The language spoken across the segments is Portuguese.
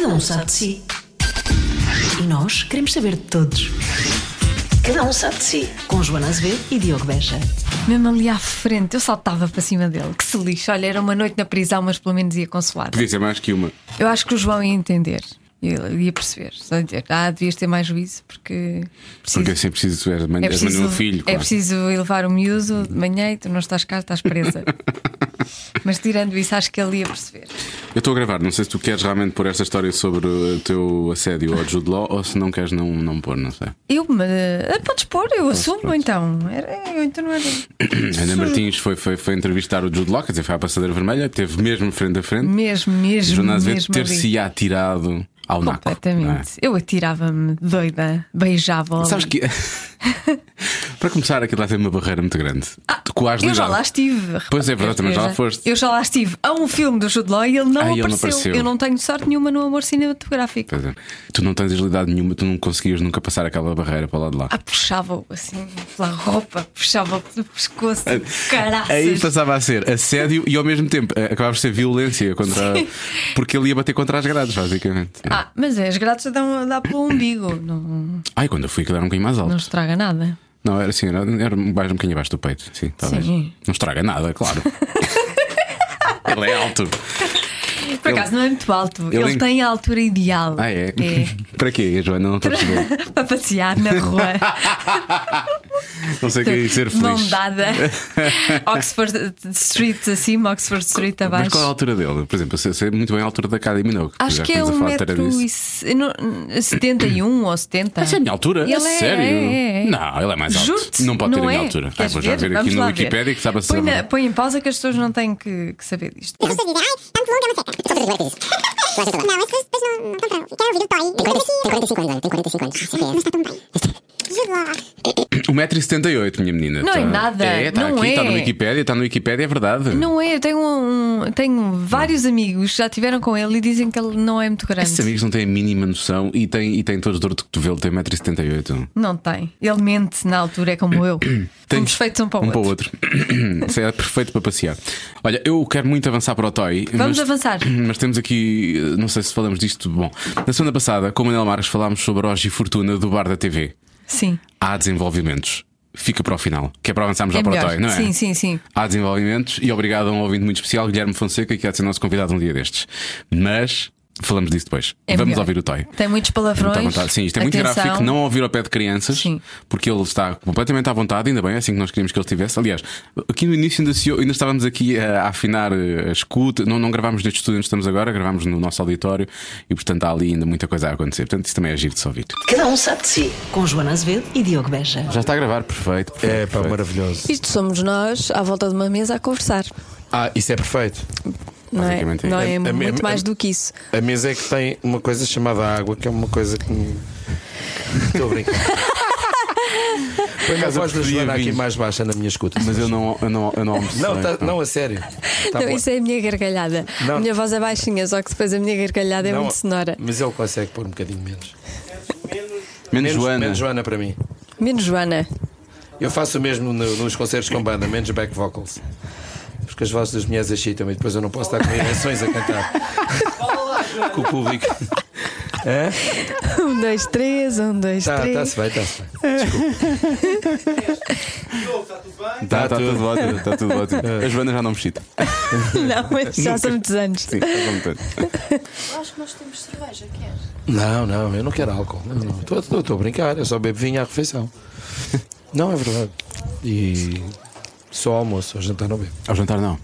Cada um sabe de si. E nós queremos saber de todos. Cada um sabe de si. Com Joana Azevedo e Diogo Beja. Mesmo ali à frente, eu saltava para cima dele. Que se lixe, olha, era uma noite na prisão, mas pelo menos ia consolado. Podia ser mais que uma. Eu acho que o João ia entender. Ele ia perceber. Só dizer, devias ter mais juízo, porque Porque é sempre preciso. És mãe do meu filho. É Claro. preciso elevar o miúdo de manhã e tu não estás cá, estás presa. Mas tirando isso, acho que ele ia perceber. Eu estou a gravar, não sei se tu queres realmente pôr esta história sobre o teu assédio ao Jude Law ou se não queres não pôr, não sei. Podes pôr, eu assumo pronto. então. Eu então não era. Ana Martins foi entrevistar o Jude Law, quer dizer, foi à passadeira vermelha, teve mesmo frente a frente. Mesmo. Joana Azevedo mesmo ter-se atirado ao naco. completamente. Eu atirava-me doida, beijava. Sabes que para começar aquilo lá tem uma barreira muito grande. Com a Eu já agilidade. lá estive. Pois é verdade, também já lá foste. Eu já lá estive a um filme do Jude Law e ele não ele apareceu. não apareceu. Eu não tenho sorte nenhuma no amor cinematográfico. Pois é. Tu não tens agilidade nenhuma, tu não conseguias nunca passar aquela barreira para lá de lá. Puxava-o assim pela roupa, puxava-o pelo pescoço, caraças. Aí passava a ser assédio e ao mesmo tempo acabava por ser violência contra. Porque ele ia bater contra as grades, basicamente. Mas as grades dá pelo umbigo, não Quando eu fui, aquilo era um bocadinho mais alto. não estraga nada. Não, era assim, era um bocadinho abaixo do peito. Sim, talvez. Sim. Não estraga nada, claro. Ele é alto. Por acaso não é muito alto. ele Ele tem a altura ideal. É? Para quê, Joana? Não estou a perceber. Para passear na rua. Não sei o que é ser feliz. Mão dada. Oxford Street acima, Oxford Street Mas abaixo. qual é a altura dele? Por exemplo, eu sei muito bem a altura da Kylie Minogue. Acho Já que é estamos a falar de 1,71 ou 70. Essa é a minha altura? Ele É sério? é. Não, ele é mais alto. Juro-te, Não pode ter a minha é. altura. Queres Vou já ver aqui Vamos no lá Wikipedia ver. que estava a Põe em pausa que as pessoas não têm que saber disto. E as pessoas dizem, tanto longo é uma seca. Só para dizer isso. Não, as pessoas depois não compram. Quero ouvir o Toy. Tem 45 anos, Mas está tão bem. Jude Law. 1,78m, minha menina. Não é nada, Está não aqui, é. está no Wikipedia, é verdade. Não é, eu tenho vários amigos que já estiveram com ele e dizem que ele não é muito grande. Esses amigos não têm a mínima noção e têm todos dor de cotovelo, tem 1,78m. Não tem. Ele mente na altura, é como eu. Fomos feitos um para o outro. Isso é perfeito para passear. Olha, eu quero muito avançar para o Toy. Vamos avançar. Mas temos aqui, não sei se falamos disto. Bom, na semana passada, com o Manel Marques, falámos sobre a Hoje e Fortuna do Bar da TV. Sim. Há desenvolvimentos. Fica para o final, que é para avançarmos já É para melhor. o Toy, não é? Sim. Há desenvolvimentos e obrigado a um ouvinte muito especial, Guilherme Fonseca, que há de ser nosso convidado um dia destes. Mas falamos disso depois. É Vamos melhor. ouvir o Toy. Tem muitos Muito à palavrões. vontade. Sim, isto é muito Atenção. gráfico, não ouvir ao pé de crianças. Sim. Porque ele está completamente à vontade, ainda bem, é assim que nós queríamos que ele estivesse. Aliás, aqui no início ainda estávamos aqui a afinar a escuta. Não gravámos neste estúdio onde estamos agora, gravámos no nosso auditório e portanto há ali ainda muita coisa a acontecer. Portanto, isso também é giro de se ouvir. Cada um sabe de si. Com Joana Azevedo e Diogo Beja. Já está a gravar, perfeito. É pá, perfeito. maravilhoso. Isto somos nós à volta de uma mesa a conversar. Isso é perfeito. Não é, Basicamente é não isso. é A- a- muito a- mais do que isso. A mesa é que tem uma coisa chamada água, que é uma coisa que me. Estou a brincar. Põe a acaso voz da eu preferia Joana aqui vinho. mais baixa na minha escuta. Mas eu não almocei. Não, a sério. Tá Não, bom. isso é a minha gargalhada. Não. A minha voz é baixinha, só que depois a minha gargalhada é Não, muito sonora. Mas ele consegue pôr um bocadinho menos. Menos Joana. Menos Joana para mim. Menos Joana. Eu faço o mesmo nos concertos com banda, menos back vocals. Porque as vozes das mulheres agitam e depois eu não posso estar com ereções a cantar. Com o público. É? 1, 2, 3, 1, 2, 3. Está-se bem, está-se bem. Está tudo ótimo, está tudo ótimo. A Joana já não me chita. Não, mas já são muitos anos. Sim, já não tenho. Acho que nós temos cerveja, quer? Não, eu não quero álcool. Não. Estou a brincar, eu só bebo vinho à refeição. Não, é verdade. E só ao almoço, ao jantar não bebo. Ao jantar não.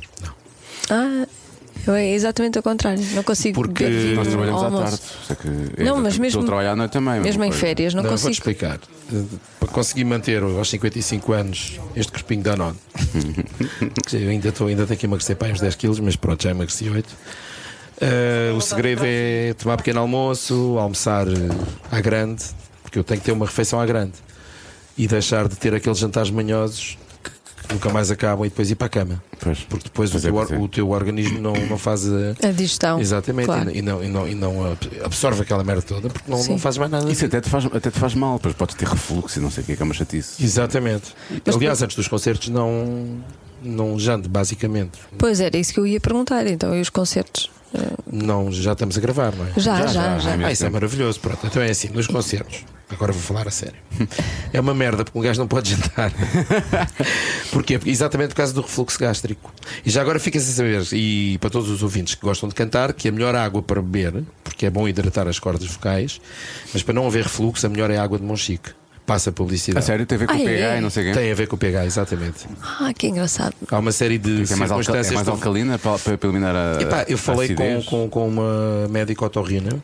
Eu é exatamente o contrário. Não consigo Porque beber vinho Nós ao trabalhamos à almoço. tarde. Sei que Não, mas mesmo- estou a trabalhar à noite também. Mesmo em Pois. férias, não Vou-te consigo. explicar. Para conseguir manter aos 55 anos este corpinho da Danone, que eu ainda tenho que emagrecer para aí uns 10 quilos, mas pronto, já emagreci 8. O segredo é tomar pequeno almoço, almoçar à grande, porque eu tenho que ter uma refeição à grande e deixar de ter aqueles jantares manhosos que nunca mais acabam e depois ir para a cama. Pois. Porque depois Pois é. o teu organismo não faz A digestão. exatamente Claro. e não absorve aquela merda toda porque não Sim. faz mais nada. Isso até te faz mal, depois podes ter refluxo e não sei o que é uma chatice. Exatamente. Aliás, antes dos concertos não janto, basicamente. Pois era isso que eu ia perguntar. Então, e os concertos? Não, já estamos a gravar, não é? Já. Isso é maravilhoso. Pronto, então é assim, nos concertos. Agora vou falar a sério. É uma merda porque um gajo não pode jantar. Porquê? Porque exatamente por causa do refluxo gástrico. E já agora fica-se a saber, e para todos os ouvintes que gostam de cantar, que a melhor água para beber, porque é bom hidratar as cordas vocais, mas para não haver refluxo, a melhor é a água de Monchique. Passa a publicidade. A sério, tem a ver com o pH e não sei o quê? Tem a ver com o pH, exatamente. Que engraçado. Há uma série de É mais circunstâncias. alcalina para eliminar a. Eu falei acidez. com uma médica otorrina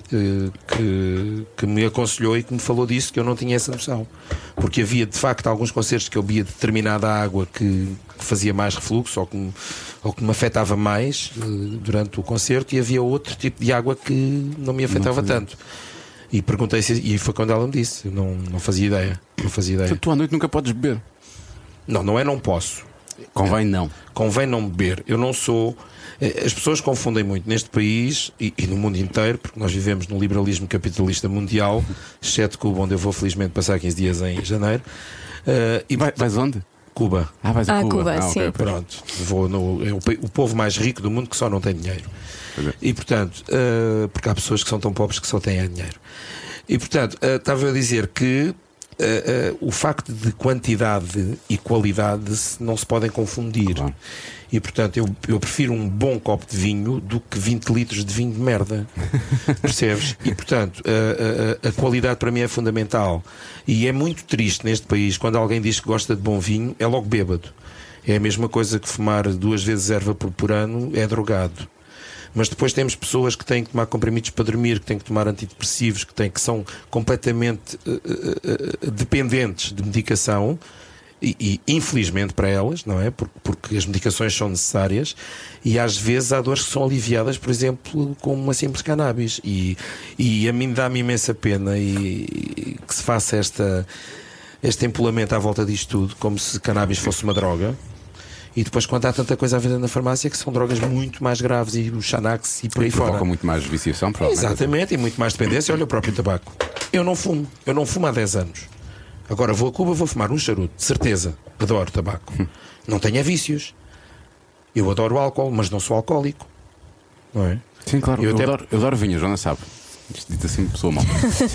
que me aconselhou e que me falou disso, que eu não tinha essa noção. Porque havia de facto alguns concertos que eu bebia determinada água que fazia mais refluxo ou que me afetava mais durante o concerto, e havia outro tipo de água que não me afetava tanto. E perguntei e foi quando ela me disse. Eu não fazia ideia. Tu à noite nunca podes beber. Não posso. Convém não. Convém não beber. Eu não sou. As pessoas confundem muito neste país e no mundo inteiro, porque nós vivemos num liberalismo capitalista mundial, exceto Cuba, onde eu vou felizmente passar 15 dias em janeiro. Vais onde? Cuba. Vais a Cuba. Cuba, sim. Ok. Pronto. É o povo mais rico do mundo que só não tem dinheiro. E portanto, porque há pessoas que são tão pobres que só têm dinheiro. E portanto, estava a dizer que o facto de quantidade e qualidade não se podem confundir. Claro. E portanto, eu prefiro um bom copo de vinho do que 20 litros de vinho de merda. Percebes? E portanto, a qualidade para mim é fundamental. E é muito triste neste país quando alguém diz que gosta de bom vinho, é logo bêbado. É a mesma coisa que fumar 2 vezes erva por ano, é drogado. Mas depois temos pessoas que têm que tomar comprimidos para dormir, que têm que tomar antidepressivos, que são completamente dependentes de medicação, e infelizmente para elas, não é? Porque as medicações são necessárias, e às vezes há dores que são aliviadas, por exemplo, com uma simples cannabis. E a mim dá-me imensa pena e que se faça este empolamento à volta disto tudo, como se cannabis fosse uma droga. E depois, quando há tanta coisa à venda na farmácia, que são drogas muito mais graves, e o Xanax e por aí fora. Com muito mais viciação, provavelmente. Exatamente, e muito mais dependência. Olha o próprio tabaco. Eu não fumo há 10 anos. Agora vou a Cuba, vou fumar um charuto, de certeza. Adoro tabaco. Não tenho vícios. Eu adoro álcool, mas não sou alcoólico. Não é? Sim, claro. Eu adoro vinho, a Joana sabe. Isto dito assim, pessoa mal.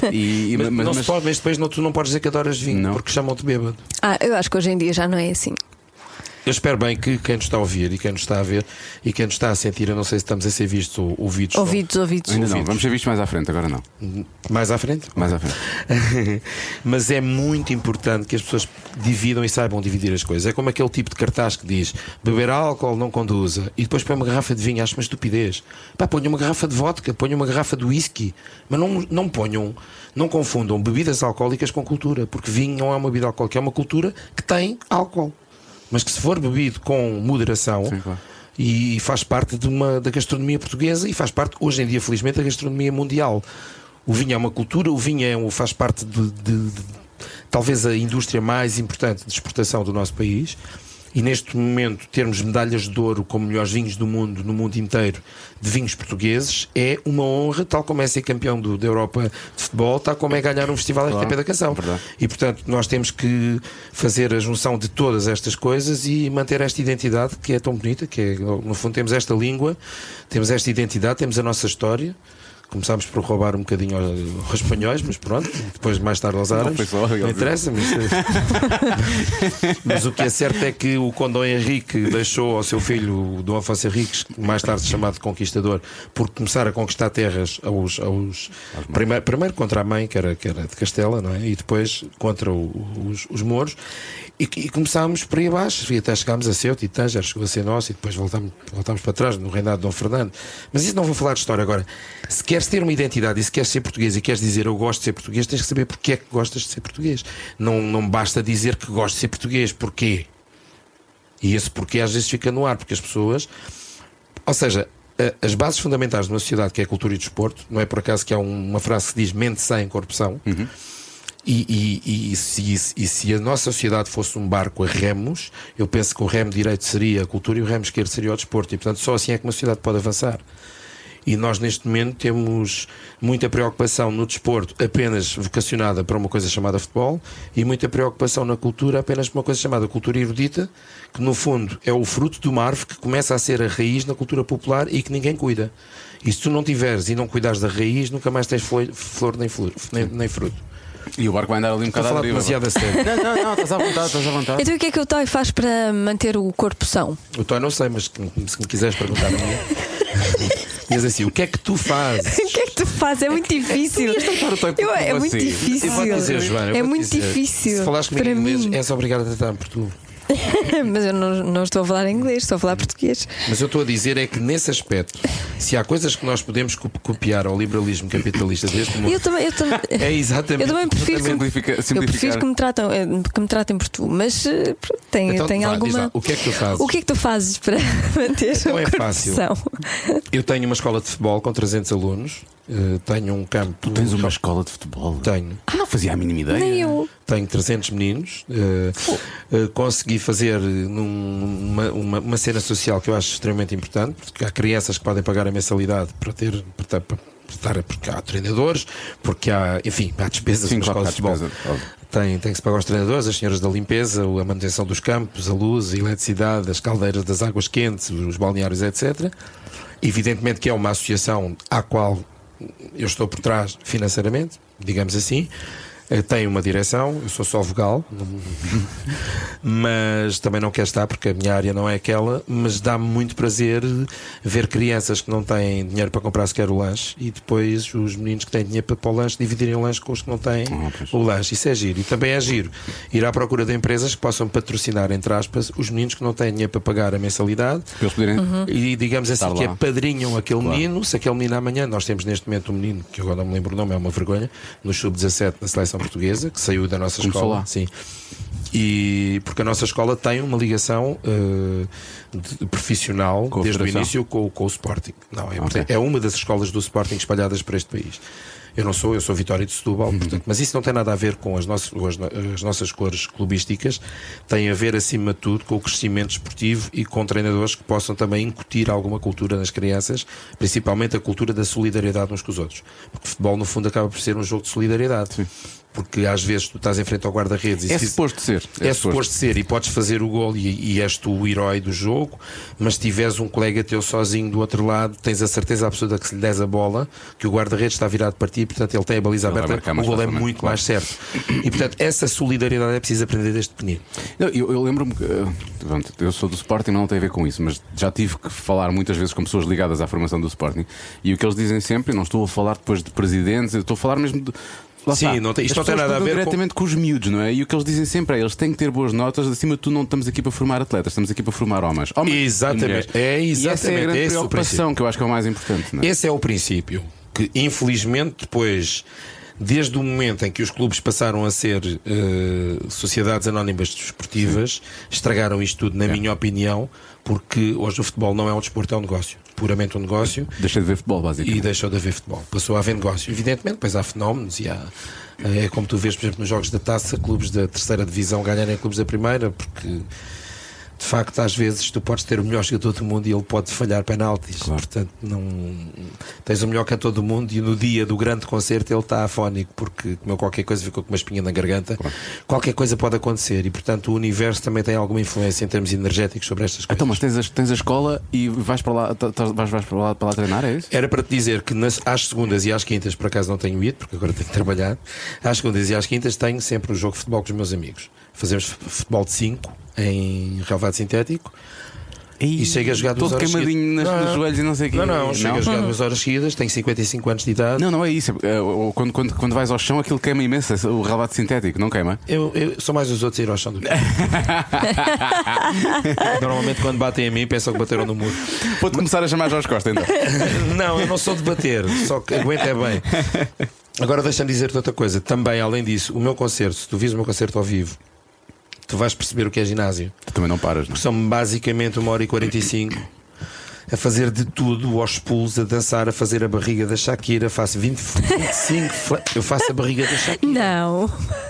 Mas não se pode, neste país tu não podes dizer que adoras vinho, porque chamam-te bêbado. Eu acho que hoje em dia já não é assim. Eu espero bem que quem nos está a ouvir e quem nos está a ver e quem nos está a sentir, eu não sei se estamos a ser vistos ou ouvidos. Ouvidos. Ainda não, vamos ser vistos mais à frente, agora não. Mais à frente? Mais à frente. Mas é muito importante que as pessoas dividam e saibam dividir as coisas. É como aquele tipo de cartaz que diz: beber álcool não conduza, e depois põe uma garrafa de vinho. Acho uma estupidez. Ponham uma garrafa de vodka, ponham uma garrafa de whisky, mas não confundam bebidas alcoólicas com cultura, porque vinho não é uma bebida alcoólica, é uma cultura que tem álcool, mas que se for bebido com moderação. Sim, claro. E faz parte da gastronomia portuguesa, e faz parte, hoje em dia, felizmente, da gastronomia mundial. O vinho é uma cultura, o vinho faz parte de talvez a indústria mais importante de exportação do nosso país. E neste momento termos medalhas de ouro como melhores vinhos do mundo, no mundo inteiro, de vinhos portugueses, é uma honra, tal como é ser campeão da Europa de futebol, tal como é ganhar um festival RTP da canção. E portanto nós temos que fazer a junção de todas estas coisas e manter esta identidade que é tão bonita, que é, no fundo temos esta língua, temos esta identidade, temos a nossa história. Começámos por roubar um bocadinho aos espanhóis, mas pronto, depois mais tarde aos árabes. Não interessa, mas o que é certo é que o Conde Dom Henrique deixou ao seu filho, o Dom Afonso Henriques, mais tarde chamado Conquistador, por começar a conquistar terras primeiro contra a mãe, que era de Castela, não é? E depois contra os mouros. E começámos por aí abaixo, e até chegámos a Ceuta e Tanger, chegou a ser nosso, e depois voltámos para trás, no reinado de Dom Fernando. Mas isso não vou falar de história agora. Se queres ter uma identidade e se queres ser português e queres dizer eu gosto de ser português, tens que saber porque é que gostas de ser português. Não basta dizer que gosto de ser português. Porquê? E esse porquê às vezes fica no ar, porque as pessoas... Ou seja, as bases fundamentais de uma sociedade que é a cultura e desporto, não é por acaso que há uma frase que diz mente sã em corpo são. E se a nossa sociedade fosse um barco a remos, eu penso que o remo direito seria a cultura e o remo esquerdo seria o desporto. E portanto só assim é que uma sociedade pode avançar. E nós neste momento temos muita preocupação no desporto apenas vocacionada para uma coisa chamada futebol, e muita preocupação na cultura apenas para uma coisa chamada cultura erudita, que no fundo é o fruto de uma árvore que começa a ser a raiz na cultura popular e que ninguém cuida. E se tu não tiveres e não cuidares da raiz, nunca mais tens flor nem fruto. E o barco vai andar ali um Estou a bocado à falar deriva. demasiado a sério. Não, estás à vontade. Então o que é que o Toy faz para manter o corpo são? O Toy não sei, mas se me quiseres perguntar a mim, diz assim: o que é que tu fazes? O que é que tu fazes? É muito difícil. É muito difícil. Eu vou dizer, Joana, eu É vou muito dizer, difícil. Se falares comigo para em inglês, mim. és obrigado a tratar-me por tu. Mas eu não estou a falar inglês, estou a falar português. Mas eu estou a dizer é que nesse aspecto, se há coisas que nós podemos copiar ao liberalismo capitalista deste mundo, Eu também é exatamente. eu também prefiro, Simplificar. eu prefiro que me tratem por tu, mas tem Então, tem vá, diz lá, alguma. o que é que tu fazes? O que é que tu fazes para manter Não a é fácil. corrupção? Eu tenho uma escola de futebol com 300 alunos, tenho um campo. Tu tens uma escola de futebol? Tenho. Não fazia a mínima ideia. Nem eu. Tenho 300 meninos. Consegui fazer uma cena social que eu acho extremamente importante, porque há crianças que podem pagar a mensalidade porque há treinadores, porque há, enfim, há despesas Sim, na claro, escola de há futebol. despesa, Tem que se pagar aos treinadores, as senhoras da limpeza, a manutenção dos campos, a luz, a eletricidade, as caldeiras das águas quentes, os balneários, etc. Evidentemente que é uma associação à qual eu estou por trás financeiramente, digamos assim. Tenho uma direção, eu sou só vogal, mas também não quero estar porque a minha área não é aquela. Mas dá-me muito prazer ver crianças que não têm dinheiro para comprar sequer o lanche e depois os meninos que têm dinheiro para o lanche dividirem o lanche com os que não têm o lanche. Isso é giro. E também é giro ir à procura de empresas que possam patrocinar, entre aspas, os meninos que não têm dinheiro para pagar a mensalidade. Para eles poderem E digamos assim estar que lá. apadrinham aquele menino. Se aquele menino amanhã, nós temos neste momento um menino que eu agora não me lembro o nome, é uma vergonha, no sub-17 na seleção portuguesa, que saiu da nossa Começou escola. lá. Sim. E porque a nossa escola tem uma ligação profissional Com a desde o Federação? início com o Sporting. Não, Ok. portanto, é uma das escolas do Sporting espalhadas por este país. Eu sou Vitória de Setúbal, portanto, mas isso não tem nada a ver com as nossas cores clubísticas, tem a ver acima de tudo com o crescimento esportivo e com treinadores que possam também incutir alguma cultura nas crianças, principalmente a cultura da solidariedade uns com os outros. Porque o futebol, no fundo, acaba por ser um jogo de solidariedade. Sim. Porque às vezes tu estás em frente ao guarda-redes e É suposto ser. é suposto ser e podes fazer o gol e és tu o herói do jogo, mas se tiveres um colega teu sozinho do outro lado, tens a certeza absoluta que se lhe des a bola, que o guarda-redes está virado para ti, portanto ele tem a baliza Ele vai aberta, marcar o mais gol é facilmente, muito claro. mais certo. E portanto essa solidariedade é preciso aprender desde pequenino. Não, eu lembro-me que pronto, eu sou do Sporting, não tem a ver com isso, mas já tive que falar muitas vezes com pessoas ligadas à formação do Sporting e o que eles dizem sempre, não estou a falar depois de presidentes, eu estou a falar mesmo de. Lá Sim, está. não tem- isto As não tem pessoas nada a lidam ver com- diretamente com os miúdos, não é? E o que eles dizem sempre é: eles têm que ter boas notas, acima de tudo, não estamos aqui para formar atletas, estamos aqui para formar homens. Exatamente. E mulheres. É E essa é a exatamente grande esse o preocupação princípio. que eu acho que é o mais importante, não é? Esse é o princípio que infelizmente depois, desde o momento em que os clubes passaram a ser sociedades anónimas desportivas, estragaram isto tudo, na minha opinião, porque hoje o futebol não é um desporto, é um negócio, puramente um negócio. Deixei de ver futebol, E basicamente. deixou de haver futebol, passou a haver negócio. Evidentemente, depois há fenómenos e há. É como tu vês, por exemplo, nos jogos da taça, clubes da terceira divisão ganharem clubes da primeira, porque de facto, às vezes, tu podes ter o melhor jogador do mundo e ele pode falhar penaltis. Claro. Portanto, não tens o melhor cantor do mundo e no dia do grande concerto ele está afónico porque comeu qualquer coisa, ficou com uma espinha na garganta. Claro. Qualquer coisa pode acontecer e, portanto, o universo também tem alguma influência em termos energéticos sobre estas coisas. Então, mas tens a escola e vais para lá, vais para lá treinar, é isso? Era para te dizer que às segundas e às quintas, por acaso não tenho ido, porque agora tenho que trabalhar. Às segundas e às quintas tenho sempre um jogo de futebol com os meus amigos. Fazemos futebol de 5 em relvado sintético. E chega a jogar 2 todo horas queimadinho seguidas. nos joelhos e não sei o quê. Não, chega a jogar 2 horas seguidas, tenho 55 anos de idade. Não é isso. Quando vais ao chão, aquilo queima imenso. O relvado sintético, não queima? Eu sou mais os outros a ir ao chão do que normalmente quando batem a mim pensam que bateram no muro. Vou-te começar a chamar Jorge Costa, então. Não, eu não sou de bater, só que aguento é bem. Agora deixa-me dizer-te outra coisa. Também, além disso, o meu concerto, se tu vires o meu concerto ao vivo, tu vais perceber o que é ginásio. Tu também não paras, não? São basicamente 1h45 a fazer de tudo, aos pulos, a dançar, a fazer a barriga da Shakira. Faço 25 eu faço a barriga da Shakira. Não.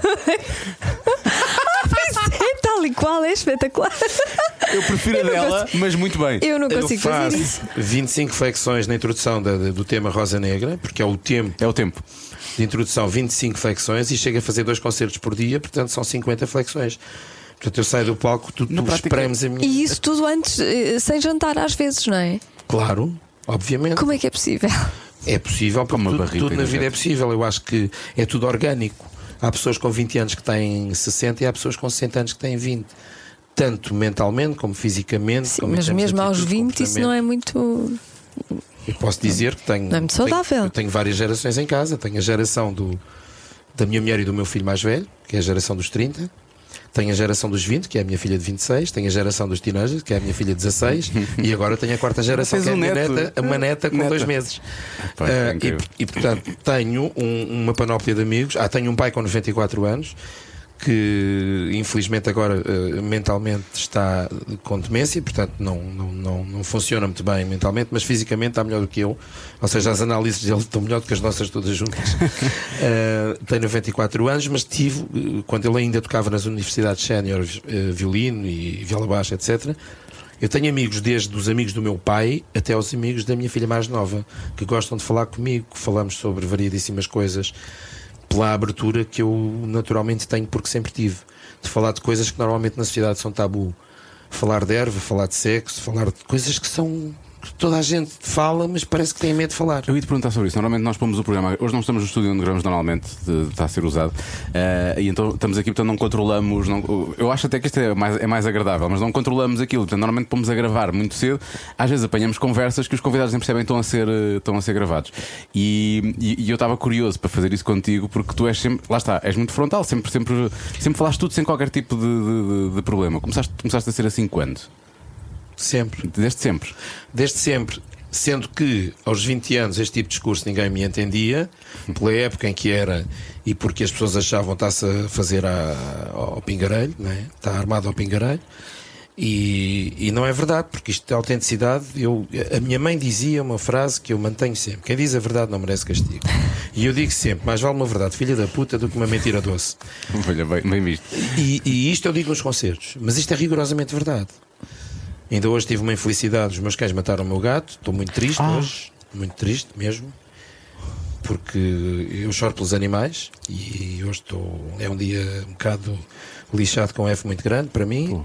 Pois é, tal e qual, é espetacular. Eu prefiro a Eu não dela, consigo- mas muito bem. Eu não Eu consigo fazer faço isso. 25 flexões na introdução do tema Rosa Negra, porque é o tempo É o tempo. de introdução, 25 flexões, e chego a fazer 2 concertos por dia, portanto são 50 flexões. Portanto, eu saio do palco, tu prática- espremes a minha. E isso tudo antes, sem jantar às vezes, não é? Claro. obviamente. Como é que é possível? É possível, porque Como uma tudo, barriga, tudo na vida né? é possível. Eu acho que é tudo orgânico. Há pessoas com 20 anos que têm 60 e há pessoas com 60 anos que têm 20. Tanto mentalmente como fisicamente. Sim, como em mas termos de mesmo aos atitude, 20 isso não é muito. Eu posso dizer que tenho. Não é muito saudável. Eu tenho várias gerações em casa. Tenho a geração da minha mulher e do meu filho mais velho, que é a geração dos 30. Tenho a geração dos 20, que é a minha filha de 26. Tenho a geração dos teenagers, que é a minha filha de 16. E agora tenho a quarta geração, Tens que é a um minha neto. neta, uma neta com Neta. 2 meses. Pá, é incrível. Portanto, tenho uma panóplia de amigos. Tenho um pai com 94 anos, que infelizmente agora mentalmente está com demência, portanto não funciona muito bem mentalmente, mas fisicamente está melhor do que eu. Ou seja, as análises dele estão melhor do que as nossas todas juntas. Tem 94 anos, mas tive, quando ele ainda tocava nas universidades séniores, violino e viola baixa, etc. Eu tenho amigos, desde os amigos do meu pai até aos amigos da minha filha mais nova, que gostam de falar comigo. Falamos sobre variedíssimas coisas, pela abertura que eu naturalmente tenho, porque sempre tive, de falar de coisas que normalmente na sociedade são tabu. Falar de erva, falar de sexo, falar de coisas que toda a gente fala, mas parece que tem medo de falar. Eu ia te perguntar sobre isso. Normalmente nós pomos o programa. Hoje não estamos no estúdio onde gravamos normalmente, está a ser usado. E então estamos aqui, portanto não controlamos. Eu acho até que isto é mais agradável, mas não controlamos aquilo. Portanto, normalmente pomos a gravar muito cedo. Às vezes apanhamos conversas que os convidados nem percebem estão a ser gravados. E eu estava curioso para fazer isso contigo, porque tu és sempre, lá está, és muito frontal, sempre falaste tudo sem qualquer tipo de problema. Começaste a ser assim quando? Sempre. Desde sempre. Desde sempre. Sendo que aos 20 anos este tipo de discurso ninguém me entendia, pela época em que era e porque as pessoas achavam que está-se a fazer ao pingarelho, não é? Está armado ao pingarelho. E não é verdade, porque isto é autenticidade. A minha mãe dizia uma frase que eu mantenho sempre: quem diz a verdade não merece castigo. E eu digo sempre: mais vale uma verdade filha da puta do que uma mentira doce. Olha, bem visto. E isto eu digo nos concertos, mas isto é rigorosamente verdade. Ainda hoje tive uma infelicidade: os meus cães mataram o meu gato. Estou muito triste hoje, muito triste mesmo, porque eu choro pelos animais. E hoje é um dia um bocado lixado, com um F muito grande para mim.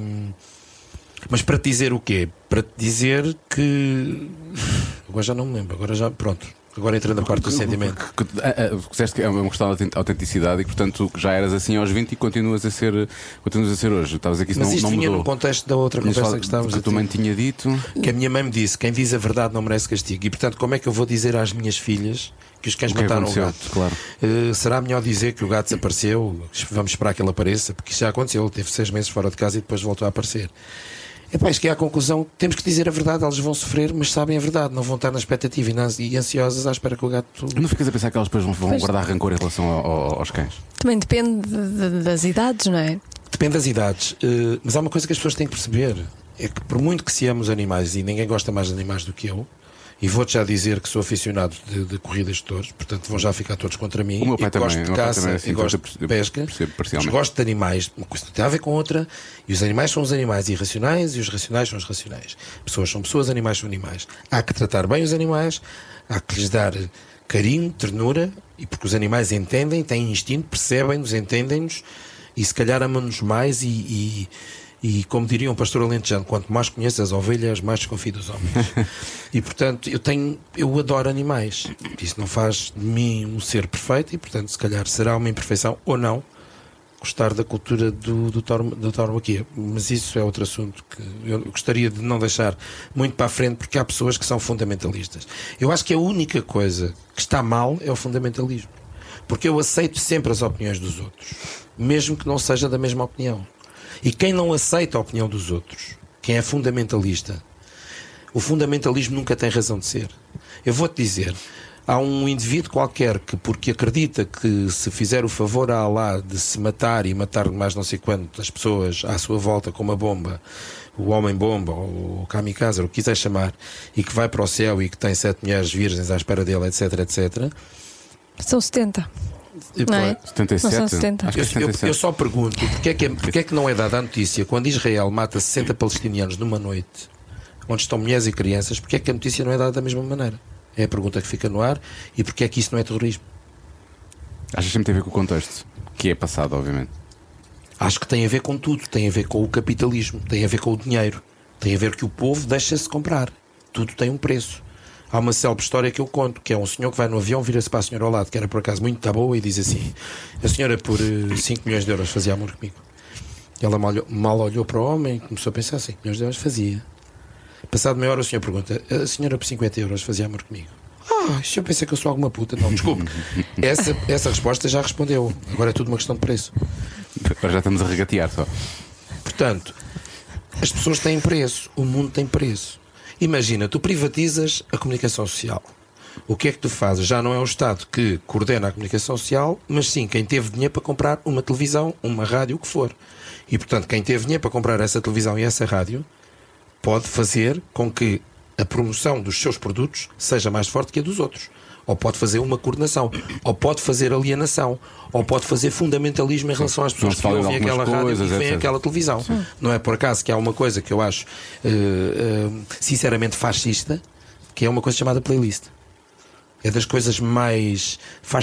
Mas para te dizer o quê? Para te dizer que agora já não me lembro. Agora entra na parte do sentimento. Disseste que é uma questão de autenticidade e, portanto, já eras assim aos 20 e continuas a ser hoje. Estavas aqui, Mas isto não vinha mudou. no contexto da outra conversa que estávamos a ter. A tua mãe tinha dito que a minha mãe me disse: quem diz a verdade não merece castigo. E portanto, como é que eu vou dizer às minhas filhas que os cães mataram o gato? Claro. Será melhor dizer que o gato desapareceu? Vamos esperar que ele apareça, porque isso já aconteceu. Ele teve 6 meses fora de casa e depois voltou a aparecer. Isto que é a conclusão: temos que dizer a verdade. Eles vão sofrer, mas sabem a verdade, não vão estar na expectativa e ansiosas à espera que o gato. Não ficas a pensar que elas depois vão guardar rancor em relação aos cães? Também depende das idades, não é? Depende das idades, mas há uma coisa que as pessoas têm que perceber: é que por muito que se ame os animais, e ninguém gosta mais de animais do que eu, e vou-te já dizer que sou aficionado de corridas de touros, portanto vão já ficar todos contra mim. O meu pai e também, gosto de caça, assim, e gosto de pesca, mas gosto de animais. Uma coisa não tem a ver com outra. E os animais são os animais irracionais e os racionais são os racionais. Pessoas são pessoas, animais são animais. Há que tratar bem os animais, há que lhes dar carinho, ternura, e porque os animais entendem, têm instinto, percebem-nos, entendem-nos, e se calhar amam-nos mais. E como diria um pastor alentejano: quanto mais conheço as ovelhas, mais desconfio dos homens. E portanto eu adoro animais. Isso não faz de mim um ser perfeito, e portanto se calhar será uma imperfeição ou não gostar da cultura do tauromaquia. Mas isso é outro assunto que eu gostaria de não deixar muito para a frente, porque há pessoas que são fundamentalistas. Eu acho que a única coisa que está mal é o fundamentalismo, porque eu aceito sempre as opiniões dos outros, mesmo que não seja da mesma opinião. E quem não aceita a opinião dos outros, quem é fundamentalista, o fundamentalismo nunca tem razão de ser. Eu vou-te dizer: há um indivíduo qualquer que, porque acredita que se fizer o favor a Allah de se matar e matar mais não sei quantas pessoas à sua volta com uma bomba, o homem-bomba ou o kamikaze, ou o que quiser chamar, e que vai para o céu e que tem 7 mulheres virgens à espera dele, etc, etc. São 70. Não é? 77? Não são 70. Acho que é 77. Eu só pergunto: porque é que não é dada a notícia quando Israel mata 60 palestinianos numa noite, onde estão mulheres e crianças? Porque é que a notícia não é dada da mesma maneira? É a pergunta que fica no ar. E porque é que isso não é terrorismo? Acho que sempre tem a ver com o contexto, que é passado, obviamente. Acho que tem a ver com tudo. Tem a ver com o capitalismo, tem a ver com o dinheiro, tem a ver que o povo deixa-se comprar. tudo tem um preço. Há uma célebre história que eu conto, que é um senhor que vai no avião, vira-se para a senhora ao lado, que era por acaso muito boa, e diz assim: a senhora por 5 milhões de euros fazia amor comigo. Ela mal olhou para o homem e começou a pensar: 5 milhões de euros fazia. Passado meia hora o senhor pergunta: a senhora por 50 euros fazia amor comigo? O senhor pensa que eu sou alguma puta? Não, desculpe. Essa resposta já respondeu. Agora é tudo uma questão de preço. Agora já estamos a regatear só. Portanto, as pessoas têm preço, o mundo tem preço. Imagina, tu privatizas a comunicação social. O que é que tu fazes? Já não é o Estado que coordena a comunicação social, mas sim quem teve dinheiro para comprar uma televisão, uma rádio, o que for. E, portanto, quem teve dinheiro para comprar essa televisão e essa rádio pode fazer com que a promoção dos seus produtos seja mais forte que a dos outros. Ou pode fazer uma coordenação, ou pode fazer alienação, ou pode fazer fundamentalismo em relação às pessoas que ouvem aquela rádio e veem aquela televisão. Não é por acaso que há uma coisa que eu acho sinceramente fascista, que é uma coisa chamada playlist. É das coisas mais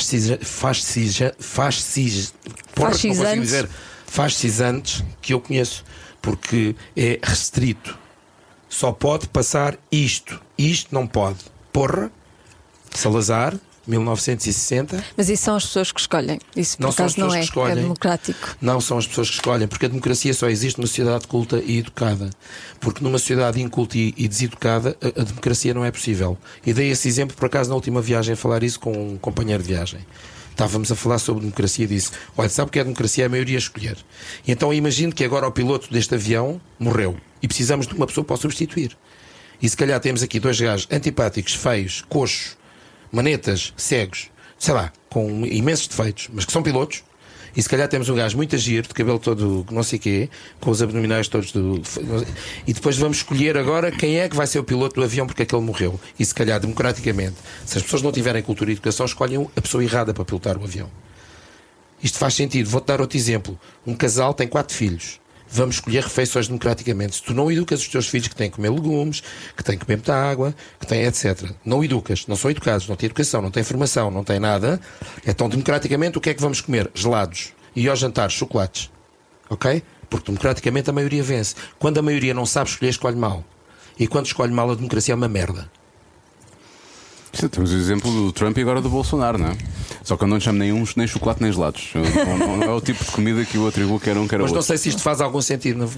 fascisantes que eu conheço, porque é restrito. Só pode passar isto. Isto não pode. Porra. Salazar, 1960. Mas isso são as pessoas que escolhem. Isso por acaso não é democrático. Não são as pessoas que escolhem, porque a democracia só existe numa sociedade culta e educada. Porque numa sociedade inculta e deseducada, a democracia não é possível. E dei esse exemplo, por acaso, na última viagem, a falar isso com um companheiro de viagem. Estávamos a falar sobre democracia e disse: olha, sabe o que é a democracia? É a maioria a escolher. E então imagine que agora o piloto deste avião morreu e precisamos de uma pessoa para o substituir. E se calhar temos aqui 2 gajos antipáticos, feios, coxos, manetas, cegos, sei lá, com imensos defeitos, mas que são pilotos. E se calhar temos um gajo muito agir, de cabelo todo não sei quê, com os abdominais todos e depois vamos escolher agora quem é que vai ser o piloto do avião porque aquele morreu. E se calhar democraticamente, se as pessoas não tiverem cultura e educação, escolhem a pessoa errada para pilotar o avião. Isto faz sentido. Vou-te dar outro exemplo. Um casal tem 4 filhos. Vamos escolher refeições democraticamente. Se tu não educas os teus filhos que têm que comer legumes, que têm que beber muita água, que têm etc. Não educas, não são educados, não têm educação, não têm formação, não têm nada. Então, democraticamente, o que é que vamos comer? Gelados. E ao jantar, chocolates. Ok? Porque democraticamente a maioria vence. Quando a maioria não sabe escolher, escolhe mal. E quando escolhe mal, a democracia é uma merda. Temos o exemplo do Trump e agora do Bolsonaro, não é? Só que eu não chamo nem chocolate nem gelados. Não é o tipo de comida que eu atribuo que era um que era outro. Mas não sei se isto faz algum sentido.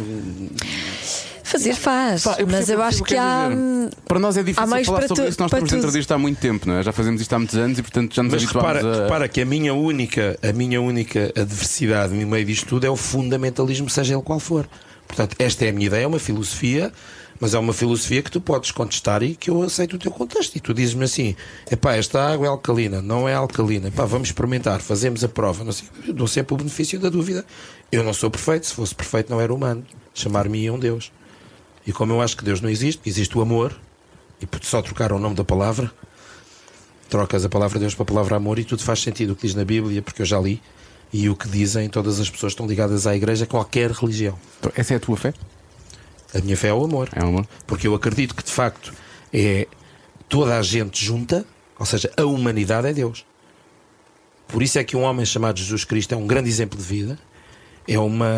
Fazer faz, mas eu acho que há. Para nós é difícil mais falar sobre isso. Nós estamos dentro tudo. disto há muito tempo, não é? Já fazemos isto há muitos anos e, portanto, já nos habituámos a. Repara que a minha única adversidade no meio disto tudo é o fundamentalismo, seja ele qual for. Portanto, esta é a minha ideia, é uma filosofia. Mas é uma filosofia que tu podes contestar e que eu aceito o teu contexto. E tu dizes-me assim: epá, esta água é alcalina, não é alcalina. Epá, vamos experimentar, fazemos a prova. Não sei, eu dou sempre o benefício da dúvida. Eu não sou perfeito, se fosse perfeito não era humano. Chamar-me um Deus. E como eu acho que Deus não existe, existe o amor, e por só trocar o nome da palavra, trocas a palavra Deus para a palavra amor e tudo faz sentido o que diz na Bíblia, porque eu já li, e o que dizem todas as pessoas que estão ligadas à igreja, qualquer religião. Então, essa é a tua fé? A minha fé é o amor. É o amor. Porque eu acredito que de facto é toda a gente junta, ou seja, a humanidade é Deus. Por isso é que um homem chamado Jesus Cristo é um grande exemplo de vida. É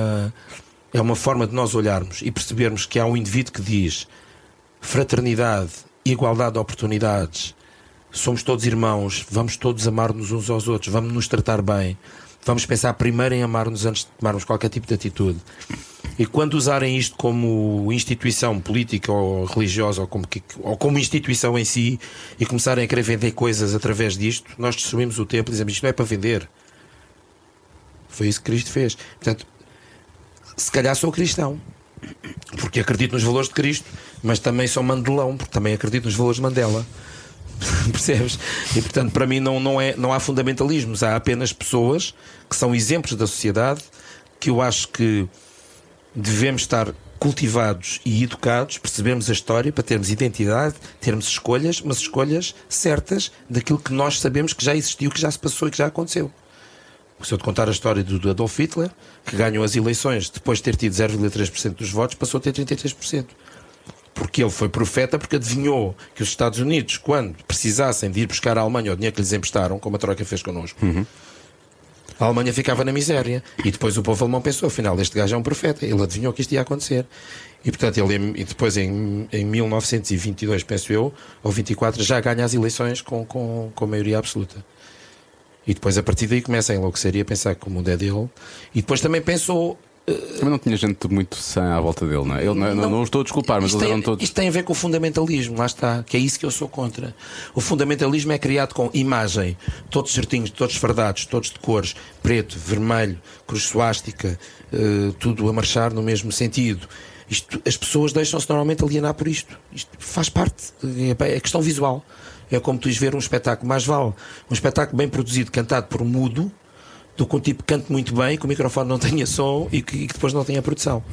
uma forma de nós olharmos e percebermos que há um indivíduo que diz fraternidade, igualdade de oportunidades, somos todos irmãos, vamos todos amar-nos uns aos outros, vamos nos tratar bem, vamos pensar primeiro em amar-nos antes de tomarmos qualquer tipo de atitude. E quando usarem isto como instituição política ou religiosa ou como instituição em si e começarem a querer vender coisas através disto, nós destruímos o templo e dizemos: isto não é para vender. Foi isso que Cristo fez. Portanto, se calhar sou cristão porque acredito nos valores de Cristo, mas também sou mandelão porque também acredito nos valores de Mandela. Percebes? E portanto, para mim não há fundamentalismos, há apenas pessoas que são exemplos da sociedade, que eu acho que devemos estar cultivados e educados, percebermos a história para termos identidade, termos escolhas, mas escolhas certas daquilo que nós sabemos que já existiu, que já se passou e que já aconteceu. Se eu te contar a história do Adolf Hitler, que ganhou as eleições depois de ter tido 0,3% dos votos, passou a ter 33%. Porque ele foi profeta, porque adivinhou que os Estados Unidos, quando precisassem de ir buscar à Alemanha o dinheiro que lhes emprestaram, como a Troika fez connosco, A Alemanha ficava na miséria. E depois o povo alemão pensou: afinal, este gajo é um profeta. Ele adivinhou que isto ia acontecer. E portanto, e depois em 1922, penso eu, ou 24, já ganha as eleições com maioria absoluta. E depois a partir daí começa a enlouquecer e a pensar que o mundo é dele. E depois também pensou. Também não tinha gente muito sã à volta dele, não é? Ele, não os estou a desculpar, mas eles eram todos. Isto tem a ver com o fundamentalismo, lá está, que é isso que eu sou contra. O fundamentalismo é criado com imagem, todos certinhos, todos fardados, todos de cores, preto, vermelho, cruz suástica, tudo a marchar no mesmo sentido. As pessoas deixam-se normalmente alienar por isto. Isto faz parte, é questão visual. É como tu ires ver um espetáculo, mais vale um espetáculo bem produzido, cantado por um mudo, do que um tipo que cante muito bem, que o microfone não tenha som e que depois não tenha produção.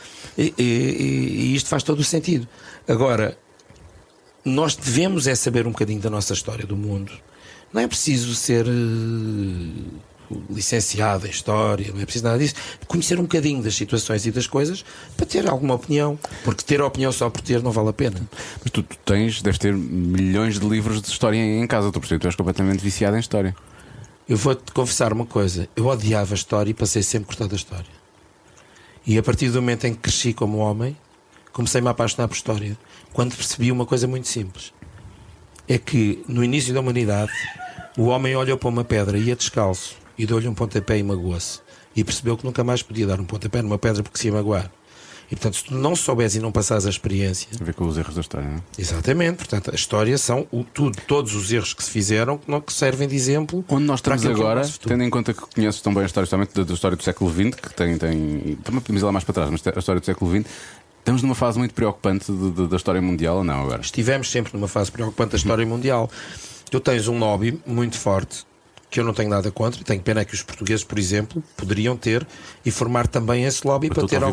E isto faz todo o sentido. Agora, nós devemos é saber um bocadinho da nossa história do mundo. Não é preciso ser licenciado em história, não é preciso nada disso. Conhecer um bocadinho das situações e das coisas para ter alguma opinião, porque ter opinião só por ter não vale a pena. Mas tu deves ter milhões de livros de história em casa, tu és completamente viciado em história. Eu vou-te confessar uma coisa: eu odiava a história e passei sempre a gostar da história. E a partir do momento em que cresci como homem, comecei-me a apaixonar por história, quando percebi uma coisa muito simples: é que no início da humanidade o homem olhou para uma pedra, ia descalço e deu-lhe um pontapé e magoou-se, e percebeu que nunca mais podia dar um pontapé numa pedra porque se ia magoar. E portanto, se tu não souberes e não passares a experiência, a ver com os erros da história, não é? Exatamente, portanto, a história são todos os erros que se fizeram que servem de exemplo. Onde nós estamos agora, tendo em conta que conheces tão bem a história, justamente da história do século XX, que tem também podemos ir lá mais para trás, mas a história do século XX, estamos numa fase muito preocupante da história mundial, ou não agora? Estivemos sempre numa fase preocupante da história mundial. Tu tens um lobby muito forte, que eu não tenho nada contra, e tenho pena que os portugueses, por exemplo, poderiam ter e formar também esse lobby para ter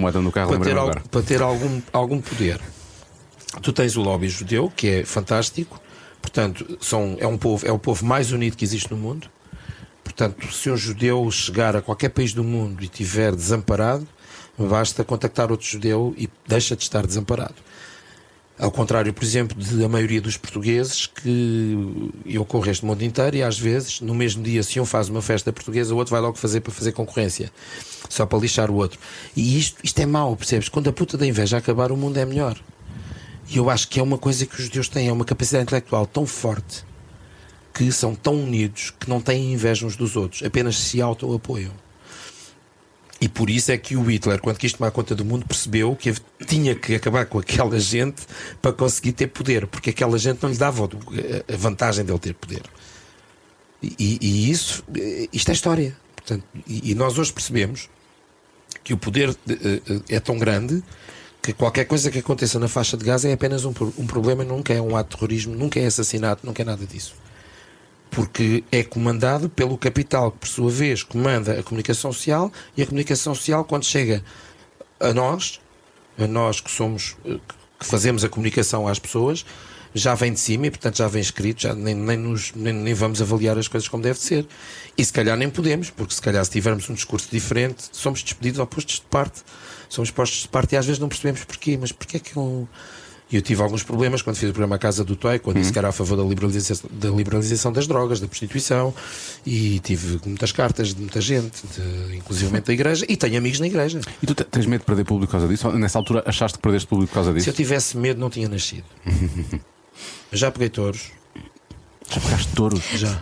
algum poder. Tu tens o lobby judeu, que é fantástico, portanto, é o povo mais unido que existe no mundo. Portanto, se um judeu chegar a qualquer país do mundo e estiver desamparado, basta contactar outro judeu e deixa de estar desamparado. Ao contrário, por exemplo, da maioria dos portugueses, que eu corro este mundo inteiro e às vezes, no mesmo dia, se um faz uma festa portuguesa, o outro vai logo para fazer concorrência, só para lixar o outro. E isto é mau, percebes? Quando a puta da inveja acabar, o mundo é melhor. E eu acho que é uma coisa que os judeus têm, é uma capacidade intelectual tão forte, que são tão unidos, que não têm inveja uns dos outros, apenas se auto-apoiam. E por isso é que o Hitler, quando quis tomar conta do mundo, percebeu que tinha que acabar com aquela gente para conseguir ter poder, porque aquela gente não lhe dava a vantagem dele ter poder. E isto é história. Portanto, e nós hoje percebemos que o poder é tão grande que qualquer coisa que aconteça na faixa de Gaza é apenas um problema, nunca é um ato de terrorismo, nunca é assassinato, nunca é nada disso. Porque é comandado pelo capital, que por sua vez comanda a comunicação social, e a comunicação social, quando chega a nós que somos, que fazemos a comunicação às pessoas, já vem de cima e portanto já vem escrito, já nem vamos avaliar as coisas como deve ser. E se calhar nem podemos, porque se calhar se tivermos um discurso diferente, somos despedidos ou postos de parte. Somos postos de parte e às vezes não percebemos porquê, mas porquê é que eu tive alguns problemas quando fiz o programa A Casa do Toy, quando disse que era a favor da liberalização das drogas, da prostituição, e tive muitas cartas de muita gente, inclusivamente da igreja, e tenho amigos na igreja. E tu tens medo de perder público por causa disso? Ou nessa altura achaste que perdeste público por causa disso? Se eu tivesse medo, não tinha nascido. Eu já peguei touros. Já pegaste touros? Já.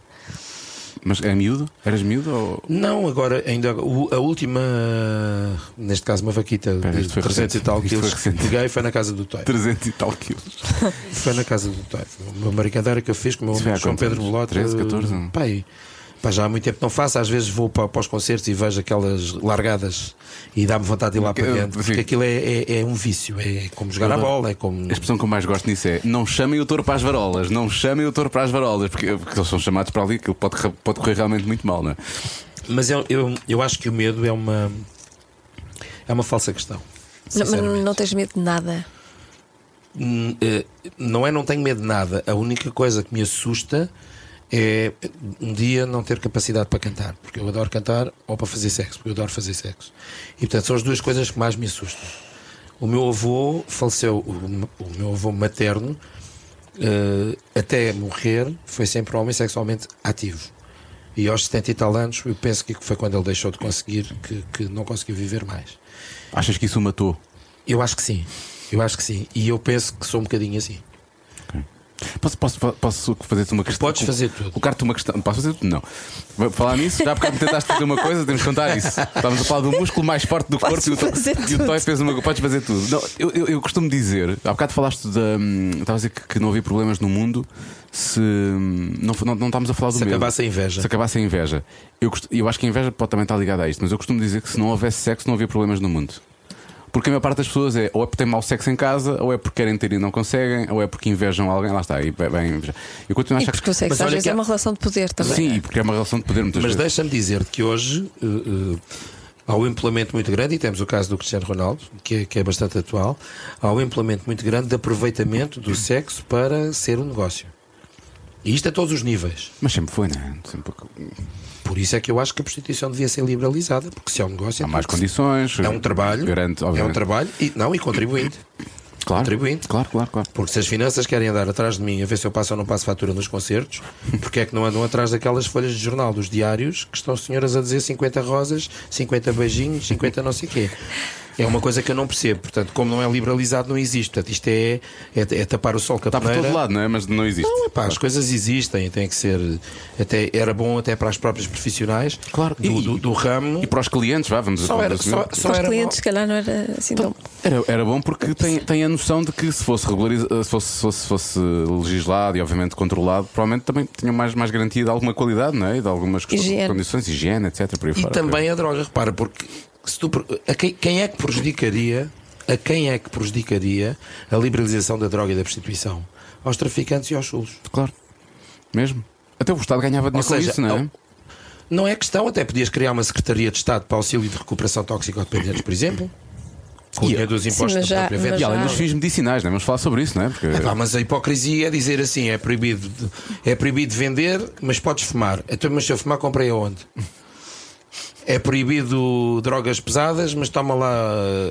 Mas é miúdo? Eras miúdo? Ou... Não, agora ainda a última, neste caso uma vaquita de 300 e tal quilos que peguei foi na Casa do Toy. 300 e tal quilos. Foi na Casa do Toy. Uma brincadeira que eu fiz com o meu amigo João Pedro Bolota. 13, 14? Pá, já há muito tempo não faço. Às vezes vou para os concertos e vejo aquelas largadas e dá-me vontade de ir lá para dentro. Porque aquilo é um vício. É como jogar a bola. É como... A expressão que eu mais gosto nisso é: não chamem o touro para as varolas. Não chamem o touro para as varolas. Porque eles são chamados para ali, que pode correr realmente muito mal, não é? Mas eu acho que o medo é uma falsa questão. Mas não tens medo de nada? Não tenho medo de nada. A única coisa que me assusta é um dia não ter capacidade para cantar, porque eu adoro cantar, ou para fazer sexo, porque eu adoro fazer sexo. E portanto são as duas coisas que mais me assustam. O meu avô faleceu, o meu avô materno, até morrer, foi sempre um homem sexualmente ativo. E aos 70 e tal anos, eu penso que foi quando ele deixou de conseguir, que não conseguiu viver mais. Achas que isso o matou? Eu acho que sim. E eu penso que sou um bocadinho assim. Posso fazer-te uma questão? Podes fazer tudo. Colocar-te uma questão. Posso fazer tudo? Não. Vou falar nisso, já porque tentaste fazer uma coisa, temos que contar isso. Estávamos a falar do músculo mais forte do corpo e o Toy fez uma. Podes fazer tudo. Não, eu costumo dizer, há bocado falaste estava a dizer que não havia problemas no mundo se não estávamos a falar do se medo. Acabasse a inveja. Se acabasse a inveja. Eu acho que a inveja pode também estar ligada a isto, mas eu costumo dizer que se não houvesse sexo, não havia problemas no mundo. Porque a maior parte das pessoas ou é porque têm mau sexo em casa, ou é porque querem ter e não conseguem, ou é porque invejam alguém. Lá está. Eu continuo a achar porque o sexo às vezes é uma relação de poder também. Sim, porque é uma relação de poder muitas vezes. Mas deixa-me dizer que hoje há um implemento muito grande, e temos o caso do Cristiano Ronaldo, que é bastante atual. Há um implemento muito grande de aproveitamento do sexo para ser um negócio. E isto a todos os níveis. Mas sempre foi, não é? Sempre... Por isso é que eu acho que a prostituição devia ser liberalizada, porque se é um negócio, há mais condições, é um trabalho, garante, é um trabalho e contribuinte. Claro, contribuinte. Claro. Porque se as finanças querem andar atrás de mim a ver se eu passo ou não passo fatura nos concertos, porque é que não andam atrás daquelas folhas de jornal dos diários que estão senhoras a dizer 50 rosas, 50 beijinhos, 50 não sei o quê. É uma coisa que eu não percebo. Portanto, como não é liberalizado, não existe. Portanto, isto é tapar o sol com a peneira. Está por todo lado, não é? Mas não existe. Não, as coisas existem. Tem que ser. Era bom até para as próprias profissionais, claro, do ramo. E para os clientes, vamos para os clientes, se calhar não era assim tão. Era bom porque tem a noção de que se fosse se fosse legislado e obviamente controlado, provavelmente também tinham mais garantia de alguma qualidade, não é? De algumas condições, higiene, etc. Por aí fora. E também a droga, repara, porque quem é que prejudicaria a liberalização da droga e da prostituição? Aos traficantes e aos chulos. Claro, mesmo. Até o Estado ganhava dinheiro com isso, não é? Não é questão, até podias criar uma Secretaria de Estado para auxílio de recuperação tóxico-dependentes, por exemplo. Com o dinheiro dos impostos da própria venda. E além dos fins medicinais, não é? Vamos falar sobre isso, não é? Porque... mas a hipocrisia é dizer assim: é proibido vender, mas podes fumar. Então, mas se eu fumar, comprei aonde? É proibido drogas pesadas, mas toma lá